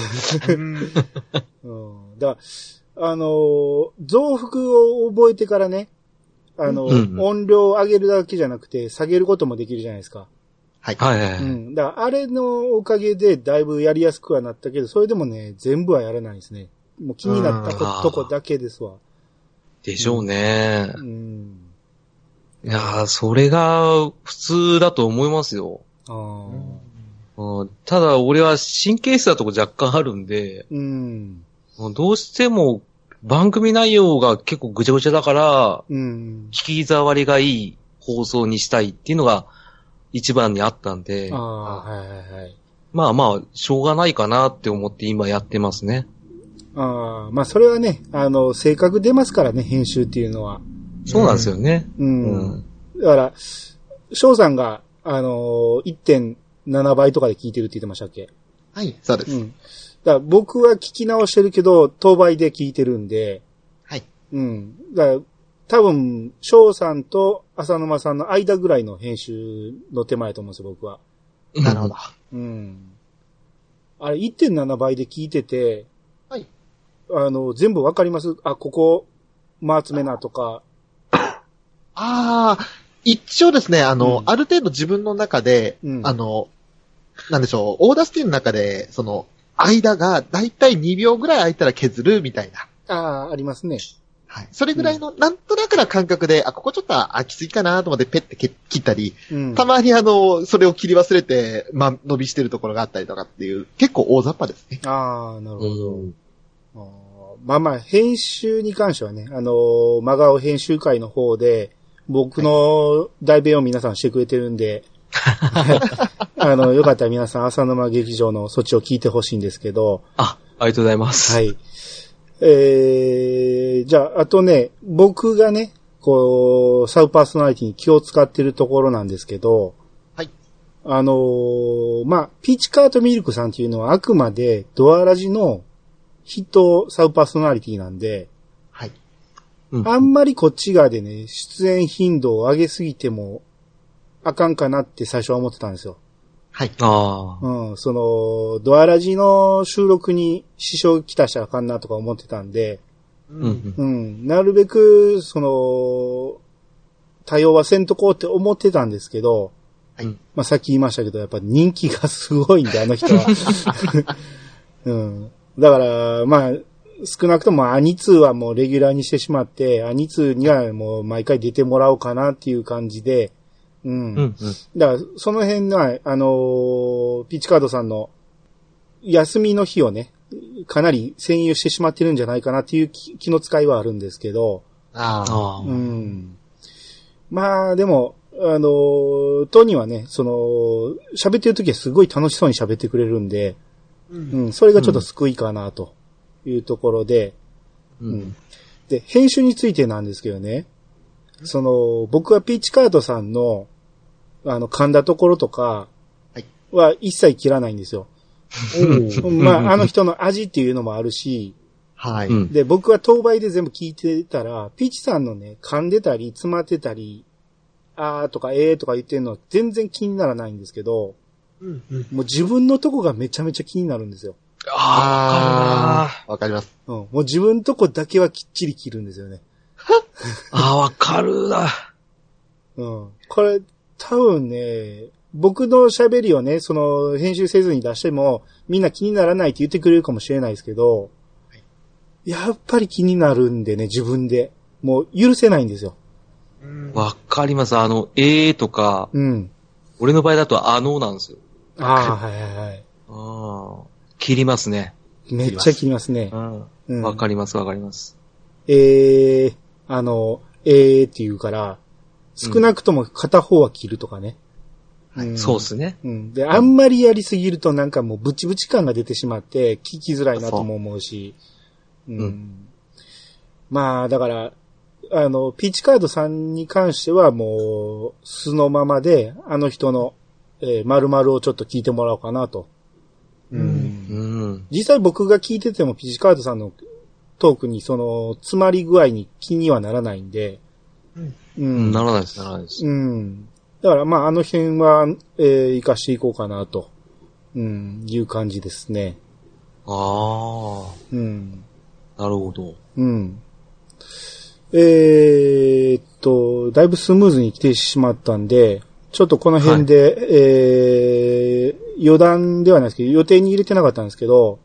S1: だから増幅を覚えてからね、音量を上げるだけじゃなくて下げることもできるじゃないですか。
S2: はい。
S3: はいはい。
S1: だからあれのおかげでだいぶやりやすくはなったけど、それでもね、全部はやらないですね。もう気になったとこだけですわ。
S3: でしょうね。いやー、それが普通だと思いますよ。ただ、俺は神経質なとこ若干あるんで、どうしても番組内容が結構ぐちゃぐちゃだから、聞き障りがいい放送にしたいっていうのが一番にあったんで、まあまあ、しょうがないかなって思って今やってますね。
S1: まあ、それはね、性格出ますからね、編集っていうのは。
S3: そうなんですよね。
S1: だから、翔さんが、1.7 倍とかで聞いてるって言ってましたっけ？
S2: はい、そうです。
S1: だから僕は聞き直してるけど、当倍で聞いてるんで、
S2: はい。
S1: だから、多分、翔さんと浅沼さんの間ぐらいの編集の手前と思うんですよ、僕は。
S2: なるほど。
S1: あれ、1.7 倍で聞いてて、
S2: はい。
S1: 全部わかります？ここ、回つめなとか。
S2: 一応ですね、ある程度自分の中で、なんでしょう、オーダースティーの中で、間がだいたい2秒ぐらい空いたら削るみたいな。
S1: ありますね。
S2: はい。それぐらいの、なんとなくな感覚で、ここちょっと空きすぎかなと思ってペッて切ったり、たまにそれを切り忘れて、伸びしてるところがあったりとかっていう、結構大雑把ですね。
S1: なるほど。まあまあ、編集に関してはね、真顔編集会の方で、僕の代弁を皆さんしてくれてるんで、よかったら皆さん浅沼劇場のそっちを聞いてほしいんですけど。
S3: ありがとうございます。
S1: はい。じゃあ、あとね、僕がね、サブパーソナリティに気を使ってるところなんですけど、
S2: はい。
S1: まあ、ピーチカートミルクさんっていうのはあくまでドアラジのヒットサブパーソナリティなんで、
S2: はい。
S1: あんまりこっち側でね、出演頻度を上げすぎてもあかんかなって最初は思ってたんですよ。
S2: はい。
S1: ドアラジの収録に支障きたしたらあかんなとか思ってたんで、なるべく、対応はせんとこうって思ってたんですけど、
S2: はい。
S1: まあ、さっき言いましたけど、やっぱ人気がすごいんで、あの人は。だから、まあ、少なくともアニツーはもうレギュラーにしてしまって、アニツーにはもう毎回出てもらおうかなっていう感じで、だから、その辺は、ピッチカードさんの休みの日をね、かなり占有してしまってるんじゃないかなっていう気の使いはあるんですけど、
S2: ああ。
S1: うん。まあ、でも、トニーはね、喋ってる時はすごい楽しそうに喋ってくれるんで、うん、それがちょっと救いかな、というところで、うん。で、編集についてなんですけどね、僕はピーチカートさんの、噛んだところとか、は一切切らないんですよ。まあ、あの人の味っていうのもあるし、
S2: はい。
S1: で、僕は当倍で全部聞いてたら、ピーチさんのね、噛んでたり、詰まってたり、あーとかとか言ってるのは全然気にならないんですけど、もう自分のとこがめちゃめちゃ気になるんですよ。
S2: わかります。
S1: もう自分のとこだけはきっちり切るんですよね。
S3: わかるな。
S1: これ、多分ね、僕の喋りをね、編集せずに出しても、みんな気にならないって言ってくれるかもしれないですけど、やっぱり気になるんでね、自分で。もう許せないんですよ。
S3: わかります。とか、俺の場合だとなんですよ。
S1: はい。
S3: 切りますね。
S1: めっちゃ切りますね。
S3: わかります。
S1: って言うから、少なくとも片方は切るとかね。
S3: そうですね。
S1: で、あんまりやりすぎるとなんかもうブチブチ感が出てしまって、聞きづらいなとも思うし。まあ、だから、ピーチカードさんに関してはもう、素のままで、あの人の、〇〇をちょっと聞いてもらおうかなと。実際僕が聞いててもピーチカードさんのトークに詰まり具合に気にはならないんで。
S3: ならないです。
S1: だからまああの辺は、活かしていこうかなと、いう感じですね。
S3: なるほど。
S1: だいぶスムーズに来てしまったんで、ちょっとこの辺で、余談ではないですけど、予定に入れてなかったんですけど、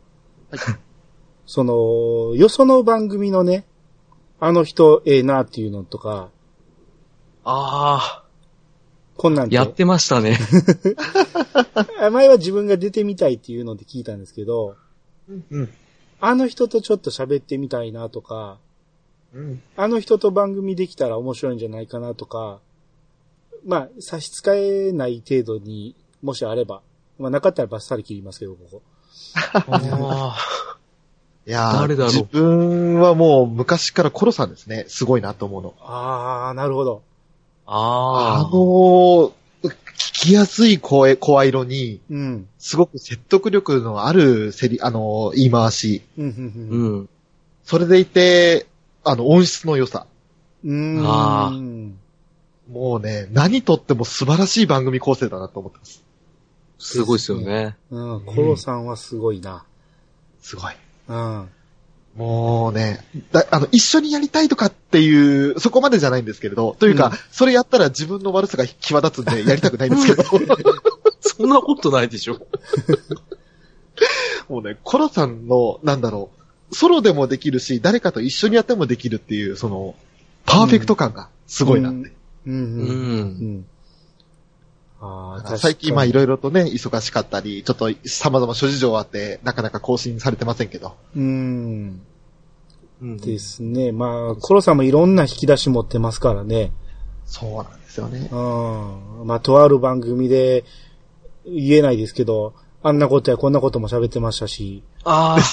S1: よその番組のね、あの人なっていうのとか、こんなん
S3: やってましたね。
S1: 前は自分が出てみたいっていうので聞いたんですけど、あの人とちょっと喋ってみたいなとか、あの人と番組できたら面白いんじゃないかなとか、まあ、差し支えない程度にもしあれば、まあなかったらバッサリ切りますけど、ここ。
S2: いやー、誰だろう。自分はもう昔からコロさんですね。すごいなと思うの。
S1: なるほど。
S2: 聞きやすい声色に、すごく説得力のある言い回し。それでいて、音質の良さ。もうね、何とっても素晴らしい番組構成だなと思ってます。
S3: すごいですよね。
S1: コロさんはすごいな。
S2: すごい。もうね、一緒にやりたいとかっていう、そこまでじゃないんですけれど、というか、それやったら自分の悪さが際立つんでやりたくないんですけど。
S3: そんなことないでしょ。
S2: もうね、コロさんの、ソロでもできるし、誰かと一緒にやってもできるっていう、パーフェクト感がすごいなって。最近いろいろとね、忙しかったり、ちょっと様々諸事情あって、なかなか更新されてませんけど。
S1: ですね。まあ、コロさんもいろんな引き出し持ってますからね。
S2: そうなんですよね。
S1: まあ、とある番組で言えないですけど、あんなことやこんなことも喋ってましたし。
S3: す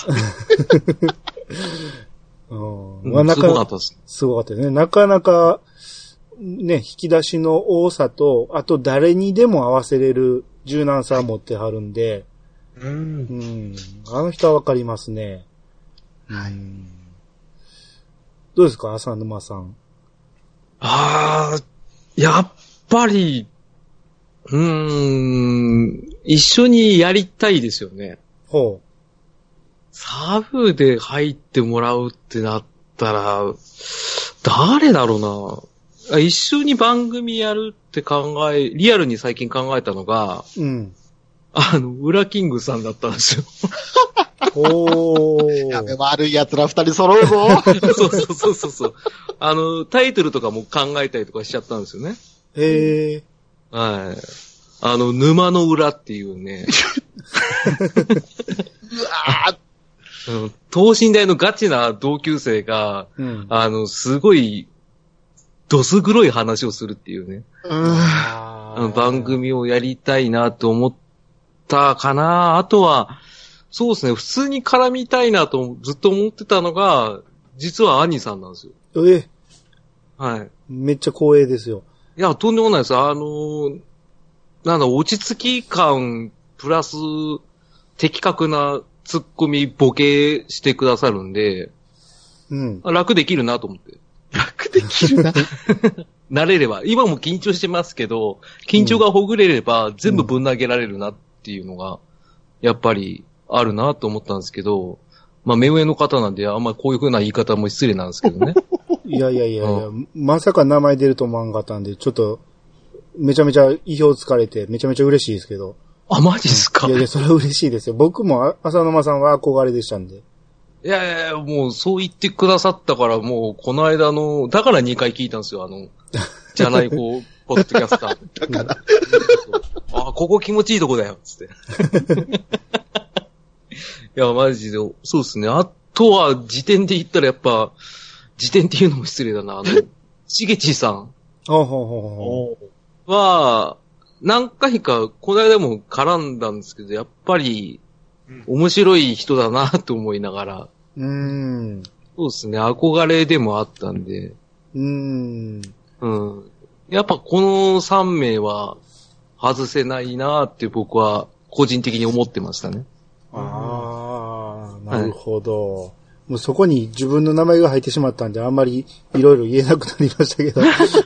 S3: ごかったです。
S1: すごかったですね。なかなか、ね、引き出しの多さと、あと誰にでも合わせれる柔軟さを持ってはるんで、あの人はわかりますね。どうですか、浅沼さん。
S3: やっぱり、一緒にやりたいですよね。サブで入ってもらうってなったら、誰だろうな。一緒に番組やるってリアルに最近考えたのが、ウラキングさんだったんですよ。
S2: やべ、悪い奴ら二人揃うぞ。
S3: そう。タイトルとかも考えたりとかしちゃったんですよね。はい。沼の裏っていうね。 等身大のガチな同級生が、すごい、どす黒い話をするっていうね。番組をやりたいなと思ったかな。あとは、そうですね、普通に絡みたいなとずっと思ってたのが、実は兄さんなんですよ。はい。
S1: めっちゃ光栄ですよ。
S3: いや、とんでもないです。落ち着き感、プラス、的確なツッコミ、ボケしてくださるんで、楽できるなと思って。
S2: 楽できるな。
S3: 慣れれば。今も緊張してますけど、緊張がほぐれれば全部ぶん投げられるなっていうのが、やっぱりあるなと思ったんですけど、まあ、目上の方なんで、あんまこういう風な言い方も失礼なんですけどね。
S1: いや、まさか名前出ると思わんかったんで、ちょっと、めちゃめちゃ意表つかれて、めちゃめちゃ嬉しいですけど。
S3: あ、マジっすか？
S1: いや、それは嬉しいですよ。僕も浅沼さんは憧れでしたんで。
S3: いや、もうそう言ってくださったから、もうこの間だから2回聞いたんですよ、じゃない方、ポッドキャスター。だから。あ、ここ気持ちいいとこだよ、つって。いや、マジで、そうですね。あとは、時点で言ったらやっぱ、時点っていうのも失礼だな。しげちさん。は、何回か、この間も絡んだんですけど、やっぱり、面白い人だなと思いながら。そうですね。憧れでもあったんで。やっぱこの3名は外せないなって僕は個人的に思ってましたね。
S1: ああ、なるほど。はい、もうそこに自分の名前が入ってしまったんで、あんまりいろいろ言えなくなりましたけど。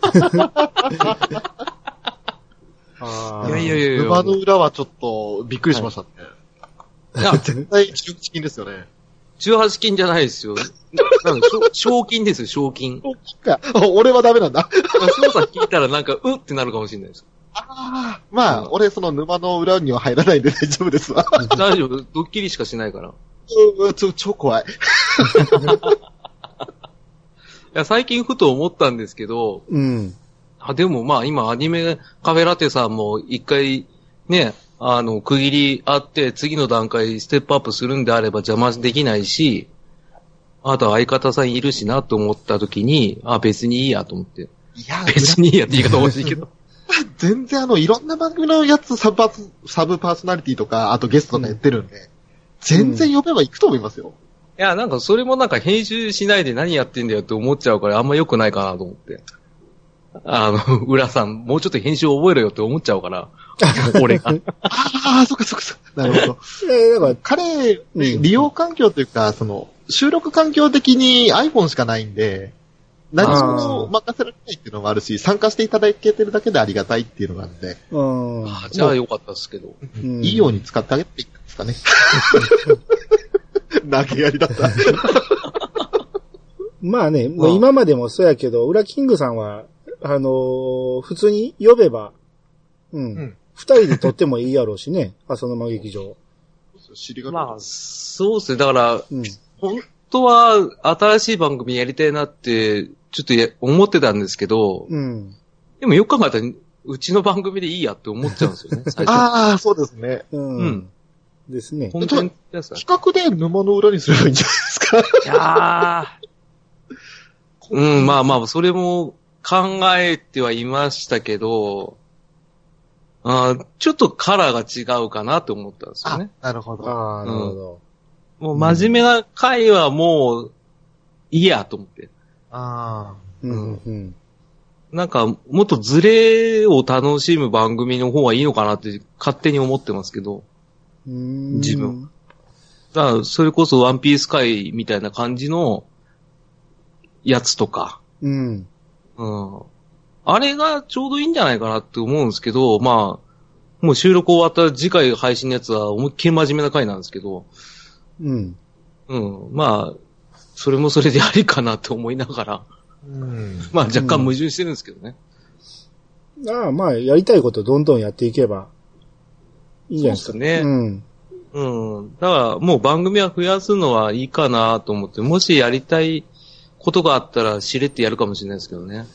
S2: いや。沼の裏はちょっとびっくりしましたね。いや、絶対18金ですよね。
S3: 18金じゃないですよ。賞金ですよ、賞金。
S2: 賞金か。俺はダメなんだ。
S3: そうさん聞いたらなんか、うってなるかもしれないです。
S2: まあ、俺その沼の裏には入らないんで大丈夫ですわ。
S3: 大丈夫。ドッキリしかしないから。
S2: 超怖い。い
S3: や、最近ふと思ったんですけど、でもまあ今アニメカフェラテさんも一回ね、区切りあって次の段階ステップアップするんであれば邪魔できないし、あとは相方さんいるしなと思った時に、別にいいやと思って。いや、別にいいやって言い方欲しいけど。
S2: 全然いろんな番組のやつサブパーソナリティとか、あとゲストとかやってるんで、全然呼べば行くと思いますよ。
S3: いや、なんかそれもなんか編集しないで何やってんだよって思っちゃうからあんま良くないかなと思って。浦さん、もうちょっと編集覚えろよって思っちゃうから、俺が。
S2: そっか。なるほど。だから彼、利用環境というか、収録環境的に iPhone しかないんで、何も任せられないっていうのもあるし、参加していただけてるだけでありがたいっていうのがあるんで。
S3: じゃあよかったですけど。
S2: いいように使ってあげていいですかね。投げやりだった。
S1: まあね、もう今までもそうやけど、ウラキングさんは、普通に呼べば、二人で撮ってもいいやろうしね、浅沼劇場。
S3: まあ、そうですね。だから、本当は新しい番組やりたいなって、ちょっと思ってたんですけど、でもよく考えたら、うちの番組でいいやって思っちゃうんですよね、最初。
S2: そうですね。
S1: ですね。
S2: 本当に企画で沼の裏にすればいいんじゃないですか。いや
S3: まあ、それも考えてはいましたけど、ちょっとカラーが違うかなと思ったんですよね。
S2: なるほど。
S1: なるほど。
S3: もう真面目な回はもう、いいやと思って。なんか、もっとズレを楽しむ番組の方がいいのかなって勝手に思ってますけど。自分。だから、それこそワンピース回みたいな感じのやつとか。あれがちょうどいいんじゃないかなって思うんですけど、まあ、もう収録終わった次回配信のやつは思いっきり真面目な回なんですけど。まあ、それもそれでありかなと思いながら。まあ若干矛盾してるんですけどね。
S1: まあ、やりたいことどんどんやっていけばいいんじゃないですか。
S3: そうですね。だからもう番組は増やすのはいいかなと思って、もしやりたいことがあったらしれってやるかもしれないですけどね。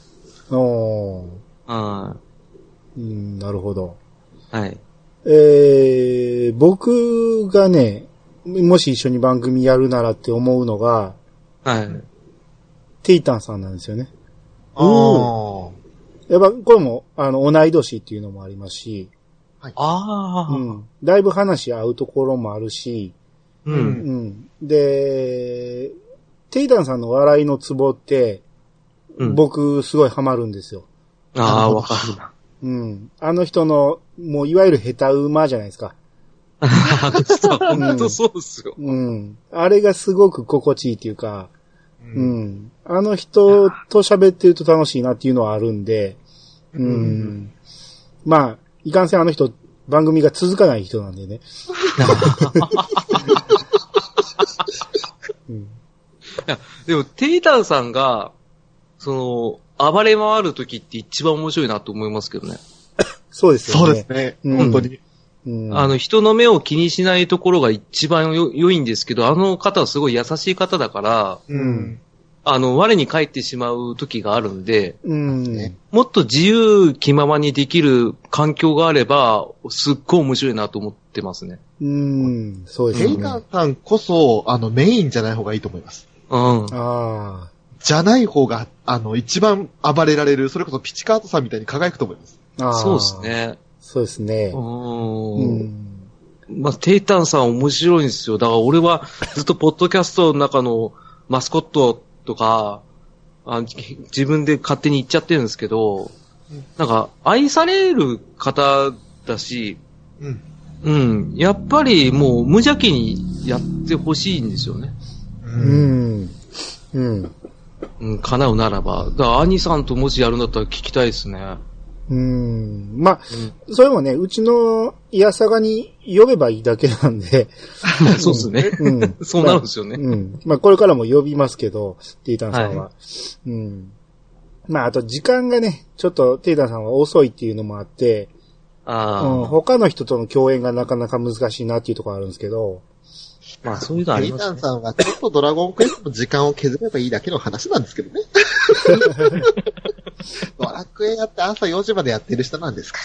S1: なるほど。
S3: はい。
S1: 僕がね、 もし一緒に番組やるならって思うのが、
S3: はい。
S1: テイタンさんなんですよね。
S2: ああ。
S1: やっぱ、これも、同い年っていうのもありますし、
S3: はい。ああ。
S1: うん。だいぶ話合うところもあるし、
S3: うん。
S1: うん。で、テイタンさんの笑いのツボって、うん、僕、すごいハマるんですよ。
S3: ああ、わかるな。
S1: うん。あの人の、もう、いわゆる下手馬じゃないですか。
S3: 本当そうっすよ。
S1: うん。あれがすごく心地いいっていうか、うん。あの人と喋ってると楽しいなっていうのはあるんで、うん。まあ、いかんせんあの人、番組が続かない人なんでね。
S3: うん、いやでも、テイタンさんが、暴れ回る時って一番面白いなと思いますけどね。
S1: そうですよね。
S2: そうですね。本当に。
S3: 人の目を気にしないところが一番良いんですけど、あの方はすごい優しい方だから、我に返ってしまう時があるんで、もっと自由気ままにできる環境があれば、すっごい面白いなと思ってますね。
S1: そうですね。
S2: テイタンさんこそ、メインじゃない方がいいと思います。じゃない方が、一番暴れられる、それこそピチカートさんみたいに輝くと思います。
S3: そうですね。
S1: そうですね。
S3: まあ、テイタンさん面白いんですよ。だから俺はずっとポッドキャストの中のマスコットとか、自分で勝手に言っちゃってるんですけど、なんか愛される方だし、やっぱりもう無邪気にやってほしいんですよね。叶うならば。だから兄さんともしやるんだったら聞きたいですね。
S1: まあ、それもね、うちのイヤサガに呼べばいいだけなんで。
S3: そうですね。そうなるんですよね。
S1: まあ、これからも呼びますけど、テイタンさんは。まあ、あと時間がね、ちょっとテイタンさんは遅いっていうのもあって、他の人との共演がなかなか難しいなっていうところあるんですけど。
S3: まあ、そういうのありますね。
S2: テイタンさんはちょっとドラゴンクエストの時間を削ればいいだけの話なんですけどね。ドラクエやって朝4時までやってる人なんですから。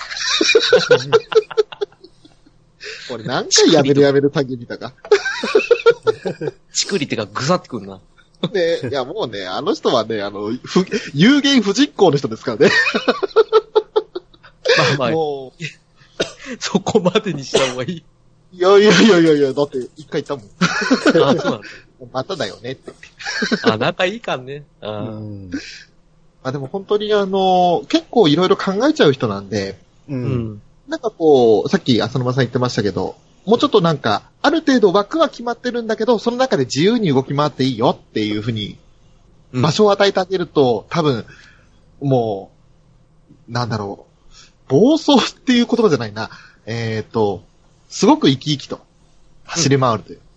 S2: これ何回やめる詐欺見たか。
S3: チクリってかぐさってくんな。
S2: ねいやもうね、あの人はね、有言不実行の人ですからね。
S3: まあ、もう、そこまでにした方がいい。
S2: いや、だって一回言ったもん。
S3: そうなんだ。
S2: まただよねって。
S3: 仲いいかんね。
S2: でも本当に結構いろいろ考えちゃう人なんで、なんかこう、さっき浅沼さん言ってましたけど、もうちょっとなんか、ある程度枠は決まってるんだけど、その中で自由に動き回っていいよっていうふうに、場所を与えてあげると、多分、もう、なんだろう、暴走っていう言葉じゃないな、すごく生き生きと走り回るという。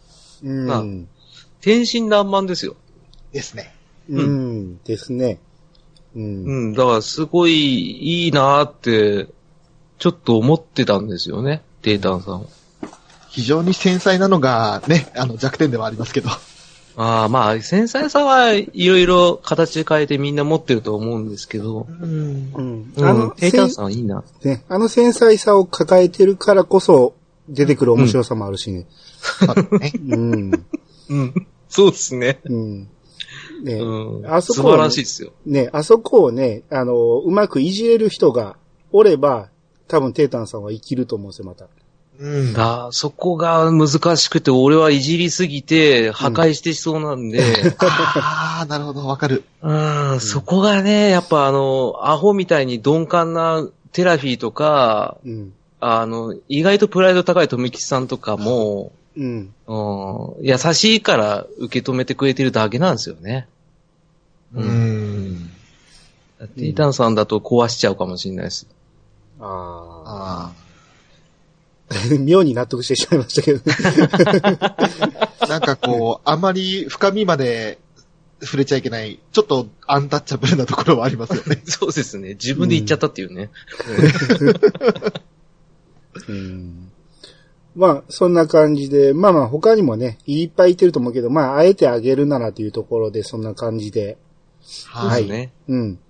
S3: 天真爛漫ですよ。
S2: ですね。
S1: ですね。
S3: だからすごいいいなーって、ちょっと思ってたんですよね、テイタンさん。
S2: 非常に繊細なのがね、弱点ではありますけど。
S3: まあ、繊細さはいろいろ形変えてみんな持ってると思うんですけど。テイタンさんはいいな。
S1: ね、繊細さを抱えてるからこそ出てくる面白さもあるしね。
S3: そうですね。
S1: ね、
S3: 素晴らしいですよ。
S1: ね、あそこをね、うまくいじれる人がおれば、多分テイタンさんは生きると思うんですよ、また。
S3: そこが難しくて、俺はいじりすぎて破壊してしそうなんで。
S2: なるほど、わかる。
S3: そこがね、やっぱアホみたいに鈍感なテラフィーとか、意外とプライド高い富吉さんとかも、優しいから受け止めてくれてるだけなんですよね。テイタンさんだと壊しちゃうかもしれないです。
S1: 妙に納得してしまいましたけどね。
S2: なんかこう、あまり深みまで触れちゃいけない、ちょっとアンタッチャブルなところはありますよね。
S3: そうですね。自分で言っちゃったっていうね。
S1: まあ、そんな感じで、まあ他にもね、いっぱいいてると思うけど、まあ、あえてあげるならというところで、そんな感じで。
S3: はい。そうですね。